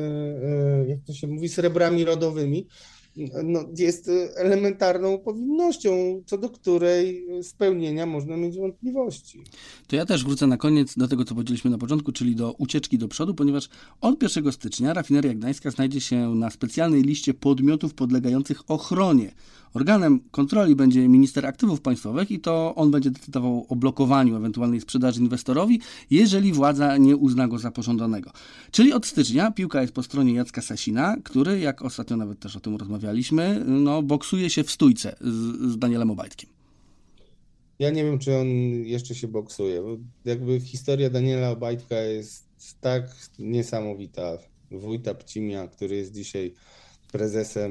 C: jak to się mówi, srebrami rodowymi, no, jest elementarną powinnością, co do której spełnienia można mieć wątpliwości.
B: To ja też wrócę na koniec do tego, co powiedzieliśmy na początku, czyli do ucieczki do przodu, ponieważ od 1 stycznia rafineria gdańska znajdzie się na specjalnej liście podmiotów podlegających ochronie. Organem kontroli będzie minister aktywów państwowych i to on będzie decydował o blokowaniu ewentualnej sprzedaży inwestorowi, jeżeli władza nie uzna go za pożądanego. Czyli od stycznia piłka jest po stronie Jacka Sasina, który, jak ostatnio nawet też o tym rozmawialiśmy, no, boksuje się w stójce z Danielem Obajtkiem.
C: Ja nie wiem, czy on jeszcze się boksuje, bo jakby historia Daniela Obajtka jest tak niesamowita. Wójta Pcimia, który jest dzisiaj prezesem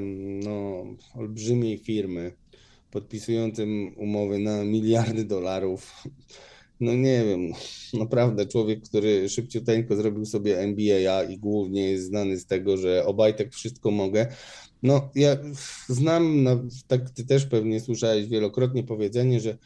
C: olbrzymiej firmy, podpisującym umowy na miliardy dolarów. No nie wiem, naprawdę człowiek, który szybciuteńko zrobił sobie MBA i głównie jest znany z tego, że Obajtek wszystko mogę. No ja znam, tak ty też pewnie słyszałeś wielokrotnie powiedzenie, że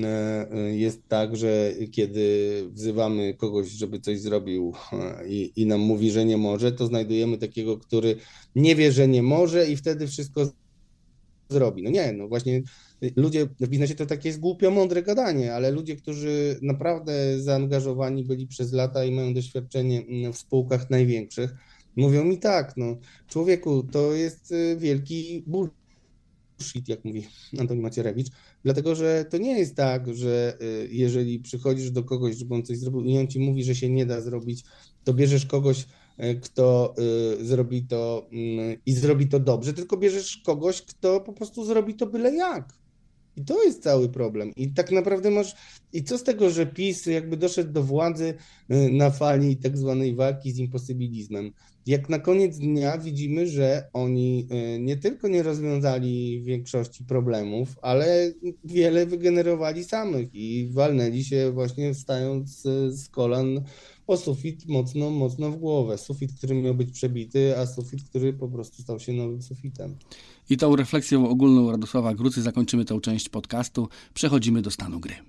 C: jest tak, że kiedy wzywamy kogoś, żeby coś zrobił i nam mówi, że nie może, to znajdujemy takiego, który nie wie, że nie może i wtedy wszystko zrobi. No nie, no właśnie ludzie w biznesie to takie jest głupio mądre gadanie, ale ludzie, którzy naprawdę zaangażowani byli przez lata i mają doświadczenie w spółkach największych, mówią mi tak, no człowieku, to jest wielki bullshit, jak mówi Antoni Macierewicz, dlatego, że to nie jest tak, że jeżeli przychodzisz do kogoś, żeby on coś zrobił i on ci mówi, że się nie da zrobić, to bierzesz kogoś, kto zrobi to i zrobi to dobrze, tylko bierzesz kogoś, kto po prostu zrobi to byle jak. I to jest cały problem. I tak naprawdę i co z tego, że PiS jakby doszedł do władzy na fali tak zwanej walki z imposybilizmem. Jak na koniec dnia widzimy, że oni nie tylko nie rozwiązali większości problemów, ale wiele wygenerowali samych i walnęli się właśnie wstając z kolan o sufit mocno w głowę. Sufit, który miał być przebity, a sufit, który po prostu stał się nowym sufitem.
B: I tą refleksją ogólną Radosława Grucy zakończymy tę część podcastu. Przechodzimy do stanu gry.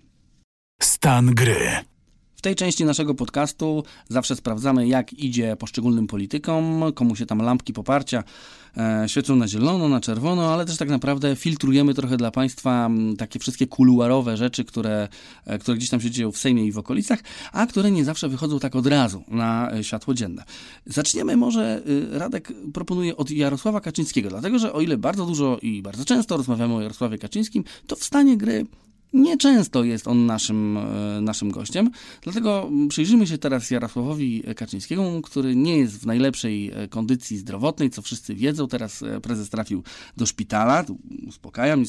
A: Stan gry.
B: W tej części naszego podcastu zawsze sprawdzamy, jak idzie poszczególnym politykom, komu się tam lampki poparcia świecą na zielono, na czerwono, ale też tak naprawdę filtrujemy trochę dla Państwa takie wszystkie kuluarowe rzeczy, które gdzieś tam się dzieją w Sejmie i w okolicach, a które nie zawsze wychodzą tak od razu na światło dzienne. Zaczniemy może, Radek proponuje od Jarosława Kaczyńskiego, dlatego że o ile bardzo dużo i bardzo często rozmawiamy o Jarosławie Kaczyńskim, to w stanie gry nieczęsto jest on naszym gościem, dlatego przyjrzyjmy się teraz Jarosławowi Kaczyńskiemu, który nie jest w najlepszej kondycji zdrowotnej, co wszyscy wiedzą. Teraz prezes trafił do szpitala, tu uspokajam,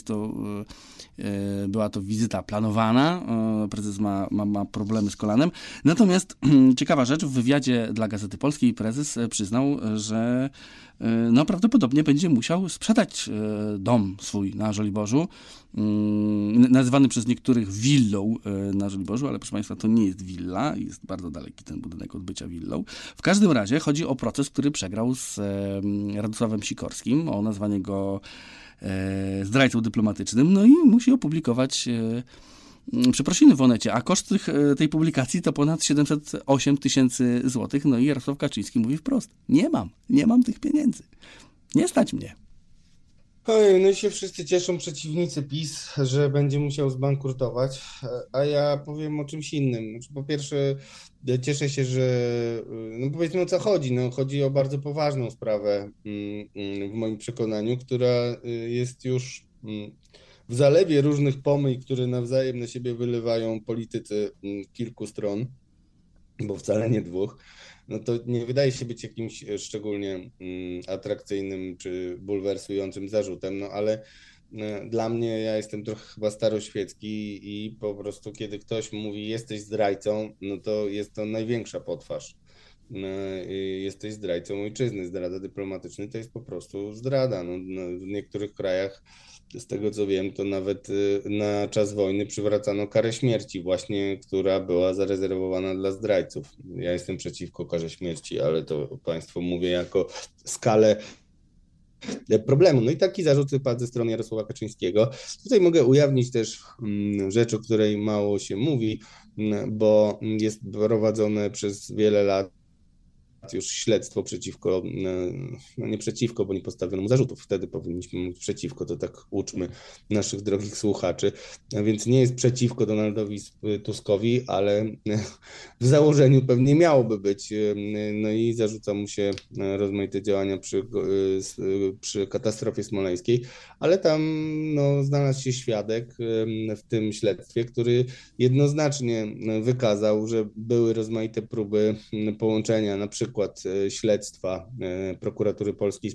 B: była to wizyta planowana, prezes ma problemy z kolanem. Natomiast ciekawa rzecz, w wywiadzie dla Gazety Polskiej prezes przyznał, że prawdopodobnie będzie musiał sprzedać dom swój na Żoliborzu, nazywany przez niektórych willą na Żoliborzu, ale proszę Państwa, to nie jest willa, jest bardzo daleki ten budynek od bycia willą. W każdym razie chodzi o proces, który przegrał z Radosławem Sikorskim, o nazwanie go zdrajcą dyplomatycznym, no i musi opublikować przeprosiny w Onecie, a koszt tej publikacji to ponad 708 000 złotych. No i Jarosław Kaczyński mówi wprost: nie mam tych pieniędzy. Nie stać mnie.
C: Ojej, no i się wszyscy cieszą, przeciwnicy PiS, że będzie musiał zbankrutować, a ja powiem o czymś innym. Znaczy, po pierwsze, cieszę się, że, powiedzmy o co chodzi. No, chodzi o bardzo poważną sprawę w moim przekonaniu, która jest już w zalewie różnych pomyj, które nawzajem na siebie wylewają politycy kilku stron, bo wcale nie dwóch. no to nie wydaje się być jakimś szczególnie atrakcyjnym czy bulwersującym zarzutem, no ale dla mnie, ja jestem trochę chyba staroświecki i po prostu kiedy ktoś mówi jesteś zdrajcą, no to jest to największa potwarz. Jesteś zdrajcą ojczyzny, zdrada dyplomatyczna to jest po prostu zdrada. No, w niektórych krajach, z tego co wiem, to nawet na czas wojny przywracano karę śmierci właśnie, która była zarezerwowana dla zdrajców. Ja jestem przeciwko karze śmierci, ale to państwu mówię jako skalę problemu. No i taki zarzut padł ze strony Jarosława Kaczyńskiego. Tutaj mogę ujawnić też rzecz, o której mało się mówi, bo jest prowadzone przez wiele lat już śledztwo przeciwko, no nie przeciwko, bo nie postawiono mu zarzutów, wtedy powinniśmy mówić przeciwko, to tak uczmy naszych drogich słuchaczy, a więc nie jest przeciwko Donaldowi Tuskowi, ale w założeniu pewnie miałoby być, no i zarzuca mu się rozmaite działania przy katastrofie smoleńskiej, ale tam no, znalazł się świadek w tym śledztwie, który jednoznacznie wykazał, że były rozmaite próby połączenia na przykład śledztwa prokuratury polskiej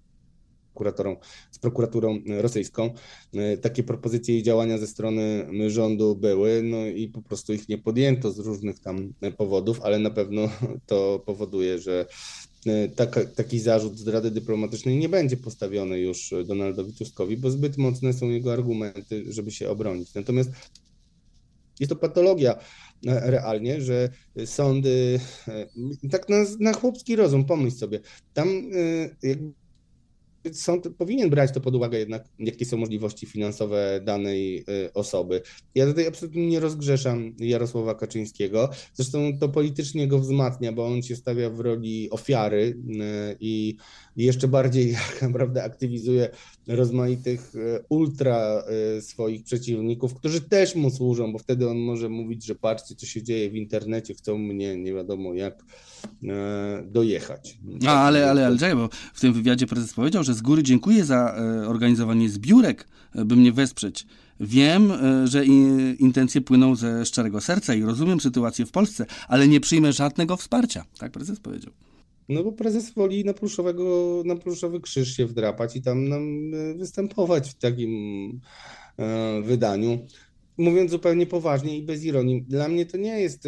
C: z prokuraturą rosyjską. Takie propozycje i działania ze strony rządu były, no i po prostu ich nie podjęto z różnych tam powodów, ale na pewno to powoduje, że taki zarzut zdrady dyplomatycznej nie będzie postawiony już Donaldowi Tuskowi, bo zbyt mocne są jego argumenty, żeby się obronić. Natomiast jest to patologia realnie, że sądy, tak na chłopski rozum, pomyśl sobie, tam sąd powinien brać to pod uwagę jednak, jakie są możliwości finansowe danej osoby. Ja tutaj absolutnie nie rozgrzeszam Jarosława Kaczyńskiego, zresztą to politycznie go wzmacnia, bo on się stawia w roli ofiary i jeszcze bardziej jak naprawdę aktywizuje rozmaitych ultra swoich przeciwników, którzy też mu służą, bo wtedy on może mówić, że patrzcie, co się dzieje w internecie, chcą mnie nie wiadomo jak dojechać.
B: Ale czekaj, bo w tym wywiadzie prezes powiedział, że z góry dziękuję za organizowanie zbiórek, by mnie wesprzeć. Wiem, że intencje płyną ze szczerego serca i rozumiem sytuację w Polsce, ale nie przyjmę żadnego wsparcia. Tak prezes powiedział.
C: No bo prezes woli na pluszowy krzyż się wdrapać i tam nam występować w takim wydaniu. Mówiąc zupełnie poważnie i bez ironii, dla mnie to nie jest,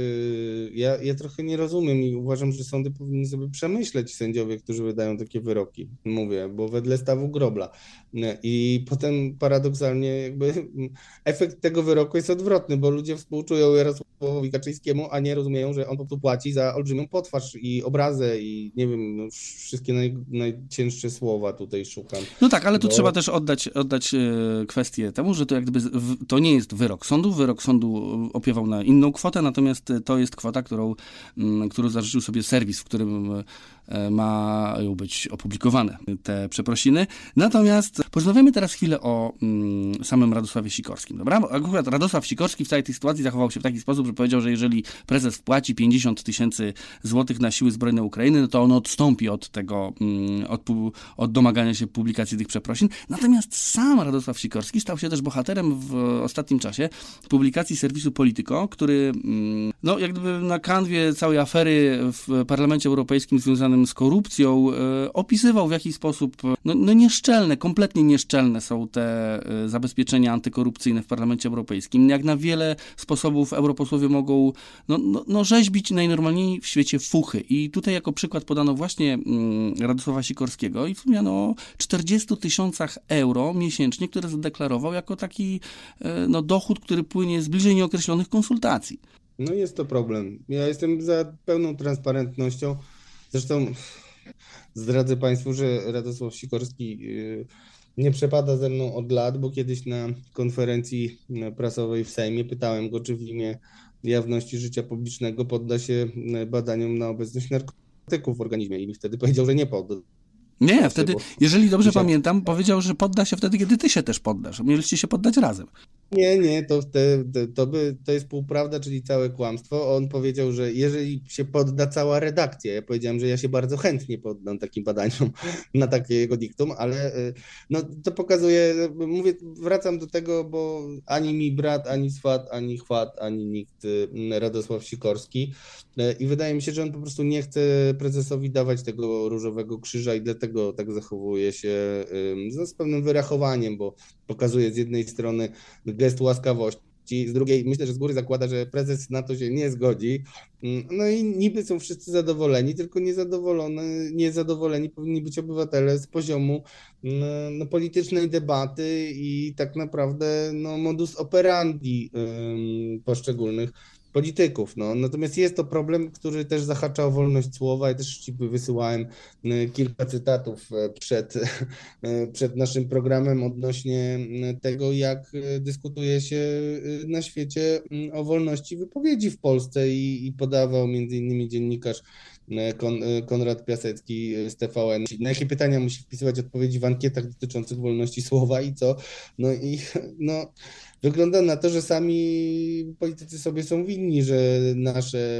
C: ja trochę nie rozumiem i uważam, że sądy powinny sobie przemyśleć sędziowie, którzy wydają takie wyroki, mówię, bo wedle stawu grobla. I potem paradoksalnie jakby efekt tego wyroku jest odwrotny, bo ludzie współczują Jarosławowi Kaczyńskiemu, a nie rozumieją, że on po prostu płaci za olbrzymią potwarz i obrazę i nie wiem, no, wszystkie najcięższe słowa tutaj szukam.
B: No tak, ale tu trzeba też oddać kwestię temu, że to jak gdyby to nie jest wyrok sądu. Wyrok sądu opiewał na inną kwotę, natomiast to jest kwota, którą zażyczył sobie serwis, w którym mają być opublikowane te przeprosiny. Natomiast porozmawiamy teraz chwilę o samym Radosławie Sikorskim. Dobra? Akurat Radosław Sikorski w całej tej sytuacji zachował się w taki sposób, że powiedział, że jeżeli prezes wpłaci 50 000 złotych na siły zbrojne Ukrainy, no to on odstąpi od tego, od domagania się publikacji tych przeprosin. Natomiast sam Radosław Sikorski stał się też bohaterem w ostatnim czasie publikacji serwisu Politico, który no jak gdyby na kanwie całej afery w Parlamencie Europejskim związanym z korupcją opisywał, w jaki sposób no nieszczelne, kompletnie nieszczelne są te zabezpieczenia antykorupcyjne w Parlamencie Europejskim. Jak na wiele sposobów europosłowie mogą rzeźbić najnormalniej w świecie fuchy. I tutaj jako przykład podano właśnie Radosława Sikorskiego i wspomniano o 40 000 euro miesięcznie, które zadeklarował jako taki dochód, który płynie z bliżej nieokreślonych konsultacji.
C: No jest to problem. Ja jestem za pełną transparentnością. Zresztą zdradzę Państwu, że Radosław Sikorski nie przepada ze mną od lat, bo kiedyś na konferencji prasowej w Sejmie pytałem go, czy w imię jawności życia publicznego podda się badaniom na obecność narkotyków w organizmie i wtedy powiedział, że nie podda.
B: Nie, wtedy, jeżeli dobrze pamiętam, powiedział, że podda się wtedy, kiedy ty się też poddasz. Mieliście się poddać razem.
C: Nie, to jest półprawda, czyli całe kłamstwo. On powiedział, że jeżeli się podda cała redakcja, ja powiedziałem, że ja się bardzo chętnie poddam takim badaniom na takie jego diktum, ale no, to pokazuje, mówię, wracam do tego, bo ani mi brat, ani swat, ani chwat, ani nikt, Radosław Sikorski, i wydaje mi się, że on po prostu nie chce prezesowi dawać tego różowego krzyża i dlatego tak zachowuje się z pewnym wyrachowaniem, bo pokazuje z jednej strony gest łaskawości, z drugiej myślę, że z góry zakłada, że prezes na to się nie zgodzi. No i niby są wszyscy zadowoleni, tylko niezadowoleni powinni być obywatele z poziomu politycznej debaty i tak naprawdę modus operandi poszczególnych polityków. Natomiast jest to problem, który też zahacza o wolność słowa. Ja też ci wysyłałem kilka cytatów przed naszym programem odnośnie tego, jak dyskutuje się na świecie o wolności wypowiedzi w Polsce i podawał między innymi dziennikarz Konrad Piasecki z TVN, na jakie pytania musi wpisywać odpowiedzi w ankietach dotyczących wolności słowa i co. Wygląda na to, że sami politycy sobie są winni, że nasze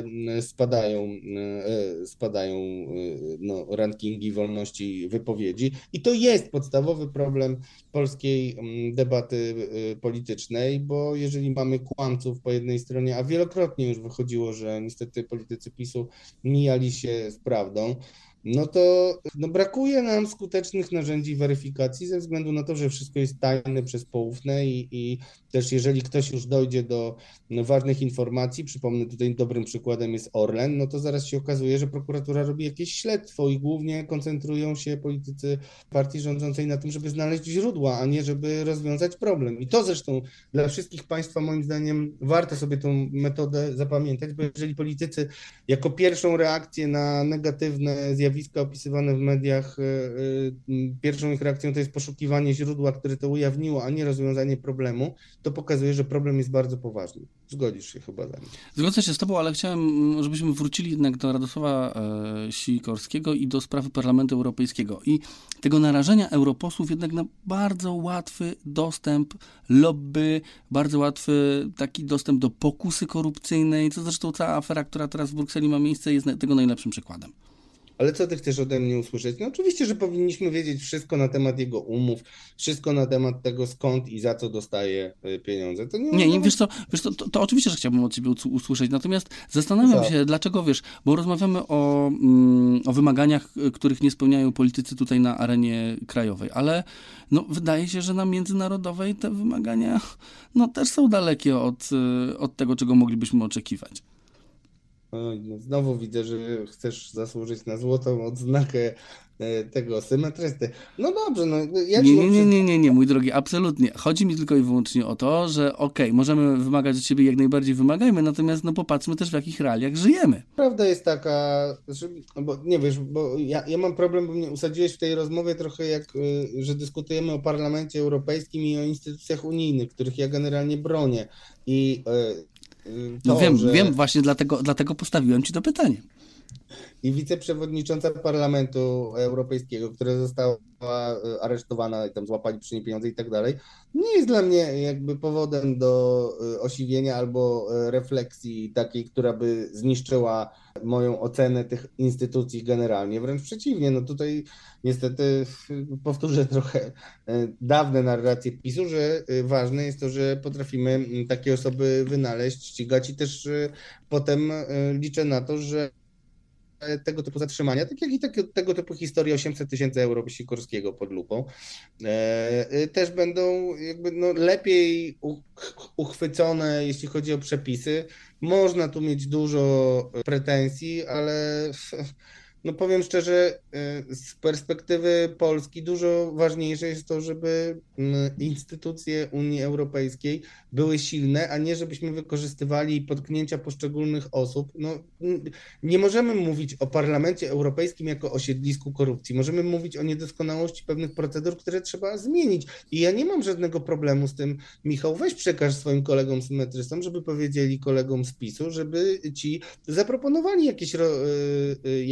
C: spadają rankingi wolności wypowiedzi i to jest podstawowy problem polskiej debaty politycznej, bo jeżeli mamy kłamców po jednej stronie, a wielokrotnie już wychodziło, że niestety politycy PiS-u mijali się z prawdą, to brakuje nam skutecznych narzędzi weryfikacji ze względu na to, że wszystko jest tajne przez poufne i też jeżeli ktoś już dojdzie do ważnych informacji, przypomnę tutaj dobrym przykładem jest Orlen, to zaraz się okazuje, że prokuratura robi jakieś śledztwo i głównie koncentrują się politycy partii rządzącej na tym, żeby znaleźć źródła, a nie żeby rozwiązać problem. I to zresztą dla wszystkich państwa moim zdaniem warto sobie tą metodę zapamiętać, bo jeżeli politycy jako pierwszą reakcję na negatywne zjawiska opisywane w mediach, pierwszą ich reakcją to jest poszukiwanie źródła, które to ujawniło, a nie rozwiązanie problemu, to pokazuje, że problem jest bardzo poważny. Zgodzisz się chyba ze mną.
B: Zgodzę się z tobą, ale chciałem, żebyśmy wrócili jednak do Radosława Sikorskiego i do sprawy Parlamentu Europejskiego i tego narażenia europosłów jednak na bardzo łatwy dostęp lobby, bardzo łatwy taki dostęp do pokusy korupcyjnej, co zresztą cała afera, która teraz w Brukseli ma miejsce, jest tego najlepszym przykładem.
C: Ale co ty chcesz ode mnie usłyszeć? Oczywiście, że powinniśmy wiedzieć wszystko na temat jego umów, wszystko na temat tego, skąd i za co dostaje pieniądze. To
B: nie, wiesz co, to oczywiście, że chciałbym od ciebie usłyszeć, natomiast zastanawiam się, dlaczego, bo rozmawiamy o wymaganiach, których nie spełniają politycy tutaj na arenie krajowej, ale wydaje się, że na międzynarodowej te wymagania też są dalekie od tego, czego moglibyśmy oczekiwać.
C: Znowu widzę, że chcesz zasłużyć na złotą odznakę tego symetrysty. No dobrze, ja
B: Nie, mój drogi, absolutnie. Chodzi mi tylko i wyłącznie o to, że możemy wymagać od siebie, jak najbardziej wymagajmy, natomiast popatrzmy też, w jakich realiach żyjemy.
C: Prawda jest taka, że, bo nie wiesz, bo ja mam problem, bo mnie usadziłeś w tej rozmowie trochę że dyskutujemy o Parlamencie Europejskim i o instytucjach unijnych, których ja generalnie bronię. I
B: wiem, właśnie dlatego postawiłem ci to pytanie.
C: I wiceprzewodnicząca Parlamentu Europejskiego, która została aresztowana i tam złapali przy niej pieniądze i tak dalej, nie jest dla mnie jakby powodem do osiwienia albo refleksji takiej, która by zniszczyła moją ocenę tych instytucji generalnie. Wręcz przeciwnie, tutaj niestety powtórzę trochę dawne narracje PiS-u, że ważne jest to, że potrafimy takie osoby wynaleźć, ścigać i też potem liczę na to, że tego typu zatrzymania, tak jak i tego typu historie 800 000 euro Sikorskiego pod lupą, też będą lepiej uchwycone, jeśli chodzi o przepisy. Można tu mieć dużo pretensji, ale powiem szczerze, z perspektywy Polski dużo ważniejsze jest to, żeby instytucje Unii Europejskiej były silne, a nie żebyśmy wykorzystywali potknięcia poszczególnych osób. Nie możemy mówić o Parlamencie Europejskim jako o siedlisku korupcji. Możemy mówić o niedoskonałości pewnych procedur, które trzeba zmienić. I ja nie mam żadnego problemu z tym, Michał, weź przekaż swoim kolegom symetrystom, żeby powiedzieli kolegom z PiS-u, żeby ci zaproponowali jakieś rozwiązania.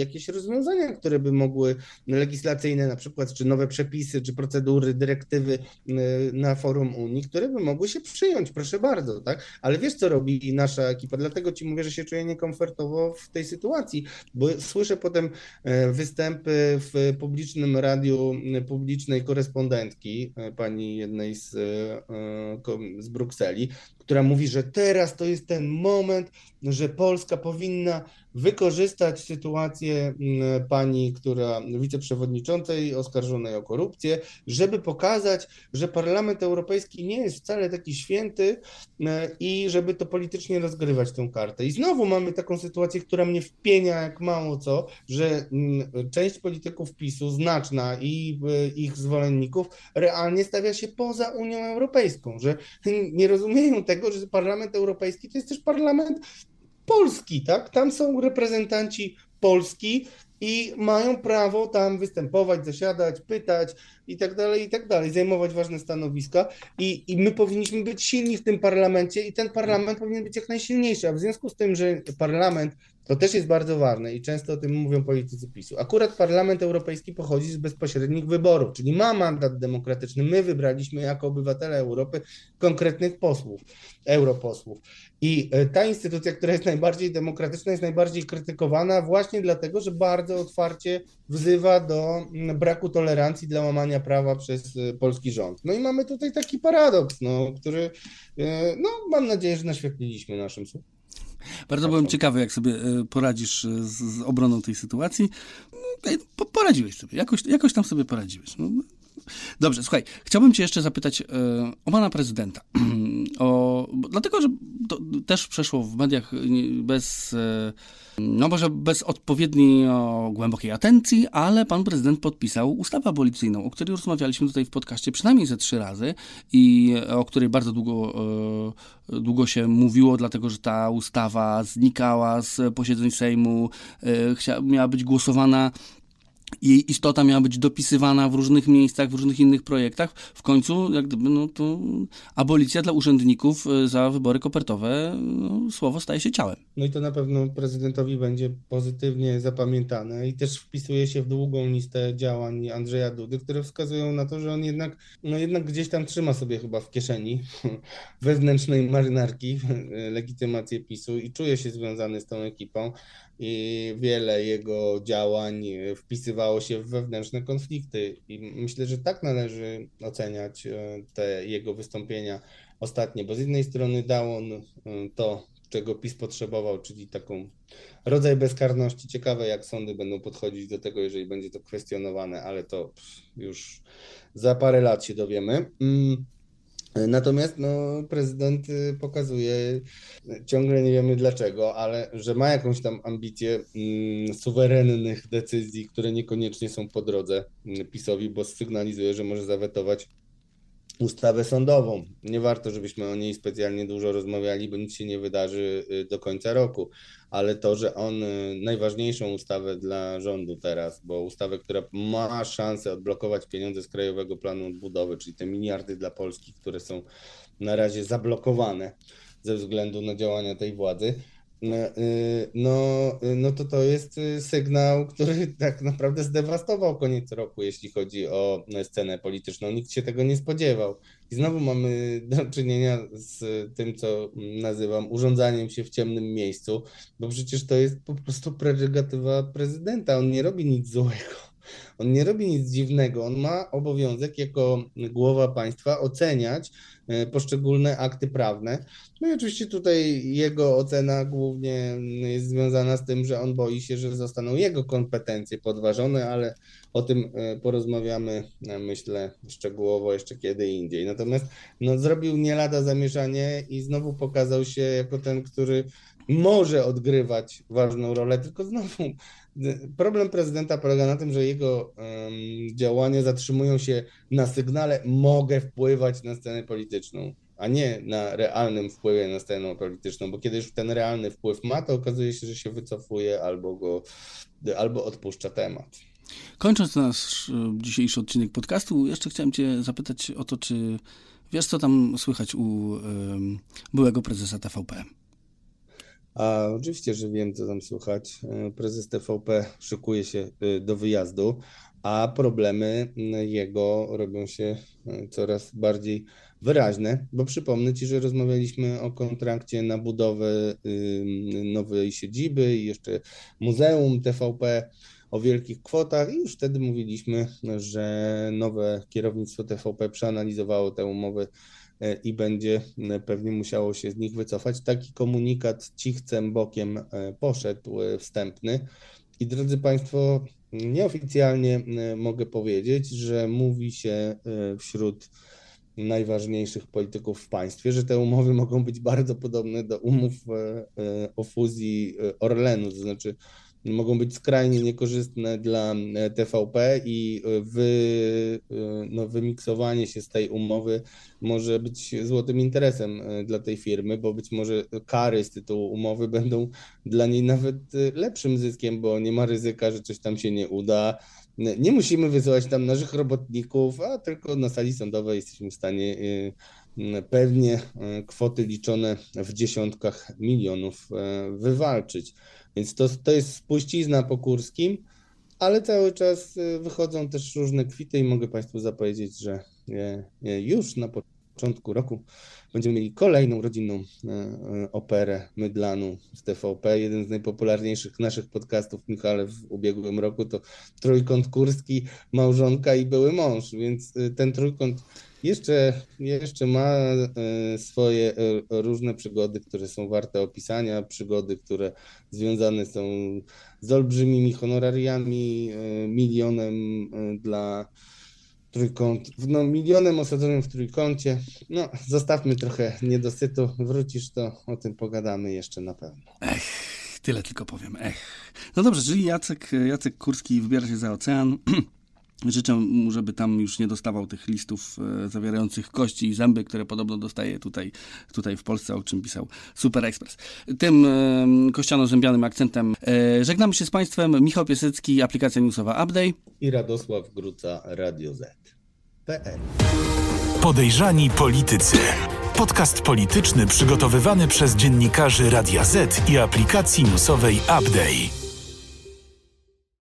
C: rozwiązania, które by mogły legislacyjne na przykład, czy nowe przepisy, czy procedury, dyrektywy na forum Unii, które by mogły się przyjąć, proszę bardzo, tak? Ale wiesz, co robi nasza ekipa? Dlatego ci mówię, że się czuję niekomfortowo w tej sytuacji, bo słyszę potem występy w publicznym radiu publicznej korespondentki, pani jednej z Brukseli, która mówi, że teraz to jest ten moment, że Polska powinna wykorzystać sytuację pani, wiceprzewodniczącej oskarżonej o korupcję, żeby pokazać, że Parlament Europejski nie jest wcale taki święty i żeby to politycznie rozgrywać tę kartę. I znowu mamy taką sytuację, która mnie wpienia jak mało co, że część polityków PiS-u, znaczna i ich zwolenników, realnie stawia się poza Unią Europejską, że nie rozumieją tego, że Parlament Europejski to jest też parlament Polski, tak? Tam są reprezentanci Polski i mają prawo tam występować, zasiadać, pytać i tak dalej, zajmować ważne stanowiska i my powinniśmy być silni w tym parlamencie i ten parlament powinien być jak najsilniejszy, a w związku z tym, że parlament to też jest bardzo ważne i często o tym mówią politycy PiS-u. Akurat Parlament Europejski pochodzi z bezpośrednich wyborów, czyli ma mandat demokratyczny. My wybraliśmy jako obywatele Europy konkretnych posłów, europosłów. I ta instytucja, która jest najbardziej demokratyczna, jest najbardziej krytykowana właśnie dlatego, że bardzo otwarcie wzywa do braku tolerancji dla łamania prawa przez polski rząd. No i mamy tutaj taki paradoks, który mam nadzieję, że naświetliliśmy naszym słuchaczom.
B: Bardzo byłem ciekawy, jak sobie poradzisz z obroną tej sytuacji. Poradziłeś sobie, jakoś tam sobie poradziłeś. Dobrze, słuchaj, chciałbym cię jeszcze zapytać o pana prezydenta. Dlatego, że to też przeszło w mediach bez odpowiedniej głębokiej atencji, ale pan prezydent podpisał ustawę abolicyjną, o której rozmawialiśmy tutaj w podcaście przynajmniej ze 3 razy i o której bardzo długo się mówiło, dlatego że ta ustawa znikała z posiedzeń Sejmu, miała być głosowana. Jej istota miała być dopisywana w różnych miejscach, w różnych innych projektach. W końcu, jak gdyby, to abolicja dla urzędników za wybory kopertowe, słowo staje się ciałem.
C: No i to na pewno prezydentowi będzie pozytywnie zapamiętane i też wpisuje się w długą listę działań Andrzeja Dudy, które wskazują na to, że on jednak gdzieś tam trzyma sobie chyba w kieszeni wewnętrznej marynarki legitymację PiS-u i czuje się związany z tą ekipą. I wiele jego działań wpisywało się w wewnętrzne konflikty i myślę, że tak należy oceniać te jego wystąpienia ostatnie, bo z jednej strony dał on to, czego PiS potrzebował, czyli taką rodzaj bezkarności. Ciekawe, jak sądy będą podchodzić do tego, jeżeli będzie to kwestionowane, ale to już za parę lat się dowiemy. Natomiast prezydent pokazuje, ciągle nie wiemy dlaczego, ale że ma jakąś tam ambicję suwerennych decyzji, które niekoniecznie są po drodze PiS-owi, bo sygnalizuje, że może zawetować ustawę sądową. Nie warto, żebyśmy o niej specjalnie dużo rozmawiali, bo nic się nie wydarzy do końca roku, ale to, że on najważniejszą ustawę dla rządu teraz, bo ustawę, która ma szansę odblokować pieniądze z Krajowego Planu Odbudowy, czyli te miliardy dla Polski, które są na razie zablokowane ze względu na działania tej władzy, to jest sygnał, który tak naprawdę zdewastował koniec roku, jeśli chodzi o scenę polityczną. Nikt się tego nie spodziewał. I znowu mamy do czynienia z tym, co nazywam urządzaniem się w ciemnym miejscu, bo przecież to jest po prostu prerogatywa prezydenta. On nie robi nic złego. On nie robi nic dziwnego. On ma obowiązek jako głowa państwa oceniać poszczególne akty prawne. No i oczywiście tutaj jego ocena głównie jest związana z tym, że on boi się, że zostaną jego kompetencje podważone, ale o tym porozmawiamy, myślę, szczegółowo jeszcze kiedy indziej. Natomiast zrobił nie lada zamieszanie i znowu pokazał się jako ten, który może odgrywać ważną rolę, tylko znowu problem prezydenta polega na tym, że jego działania zatrzymują się na sygnale "mogę wpływać na scenę polityczną", a nie na realnym wpływie na scenę polityczną, bo kiedy już ten realny wpływ ma, to okazuje się, że się wycofuje albo odpuszcza temat.
B: Kończąc nasz dzisiejszy odcinek podcastu, jeszcze chciałem cię zapytać o to, czy wiesz, co tam słychać u byłego prezesa TVP?
C: A oczywiście, że wiem, co tam słychać. Prezes TVP szykuje się do wyjazdu, a problemy jego robią się coraz bardziej wyraźne, bo przypomnę Ci, że rozmawialiśmy o kontrakcie na budowę nowej siedziby i jeszcze Muzeum TVP o wielkich kwotach i już wtedy mówiliśmy, że nowe kierownictwo TVP przeanalizowało tę umowę i będzie pewnie musiało się z nich wycofać. Taki komunikat cichcem bokiem poszedł, wstępny. I drodzy Państwo, nieoficjalnie mogę powiedzieć, że mówi się wśród najważniejszych polityków w państwie, że te umowy mogą być bardzo podobne do umów o fuzji Orlenu, to znaczy mogą być skrajnie niekorzystne dla TVP i wymiksowanie się z tej umowy może być złotym interesem dla tej firmy, bo być może kary z tytułu umowy będą dla niej nawet lepszym zyskiem, bo nie ma ryzyka, że coś tam się nie uda. Nie musimy wysyłać tam naszych robotników, a tylko na sali sądowej jesteśmy w stanie pewnie kwoty liczone w dziesiątkach milionów wywalczyć. Więc to jest spuścizna po Kurskim, ale cały czas wychodzą też różne kwity i mogę Państwu zapowiedzieć, że już na początku roku będziemy mieli kolejną rodzinną operę mydlaną z TVP. Jeden z najpopularniejszych naszych podcastów, Michale, w ubiegłym roku to Trójkąt Kurski, Małżonka i Były Mąż, więc ten trójkąt jeszcze ma swoje różne przygody, które są warte opisania, przygody, które związane są z olbrzymimi honorariami, milionem dla trójkąt, milionem osadzonym w trójkącie. No, zostawmy trochę niedosytu, wrócisz, to o tym pogadamy jeszcze na pewno.
B: Tyle tylko powiem. No dobrze, czyli Jacek Kurski wybiera się za ocean. Życzę mu, żeby tam już nie dostawał tych listów zawierających kości i zęby, które podobno dostaje tutaj w Polsce, o czym pisał Super Express. Tym kościano-zębianym akcentem żegnamy się z Państwem. Michał Piasecki, aplikacja newsowa Update.
C: I Radosław Gruca, Radio Z.pl.
A: Podejrzani politycy. Podcast polityczny przygotowywany przez dziennikarzy Radia Z i aplikacji newsowej Update.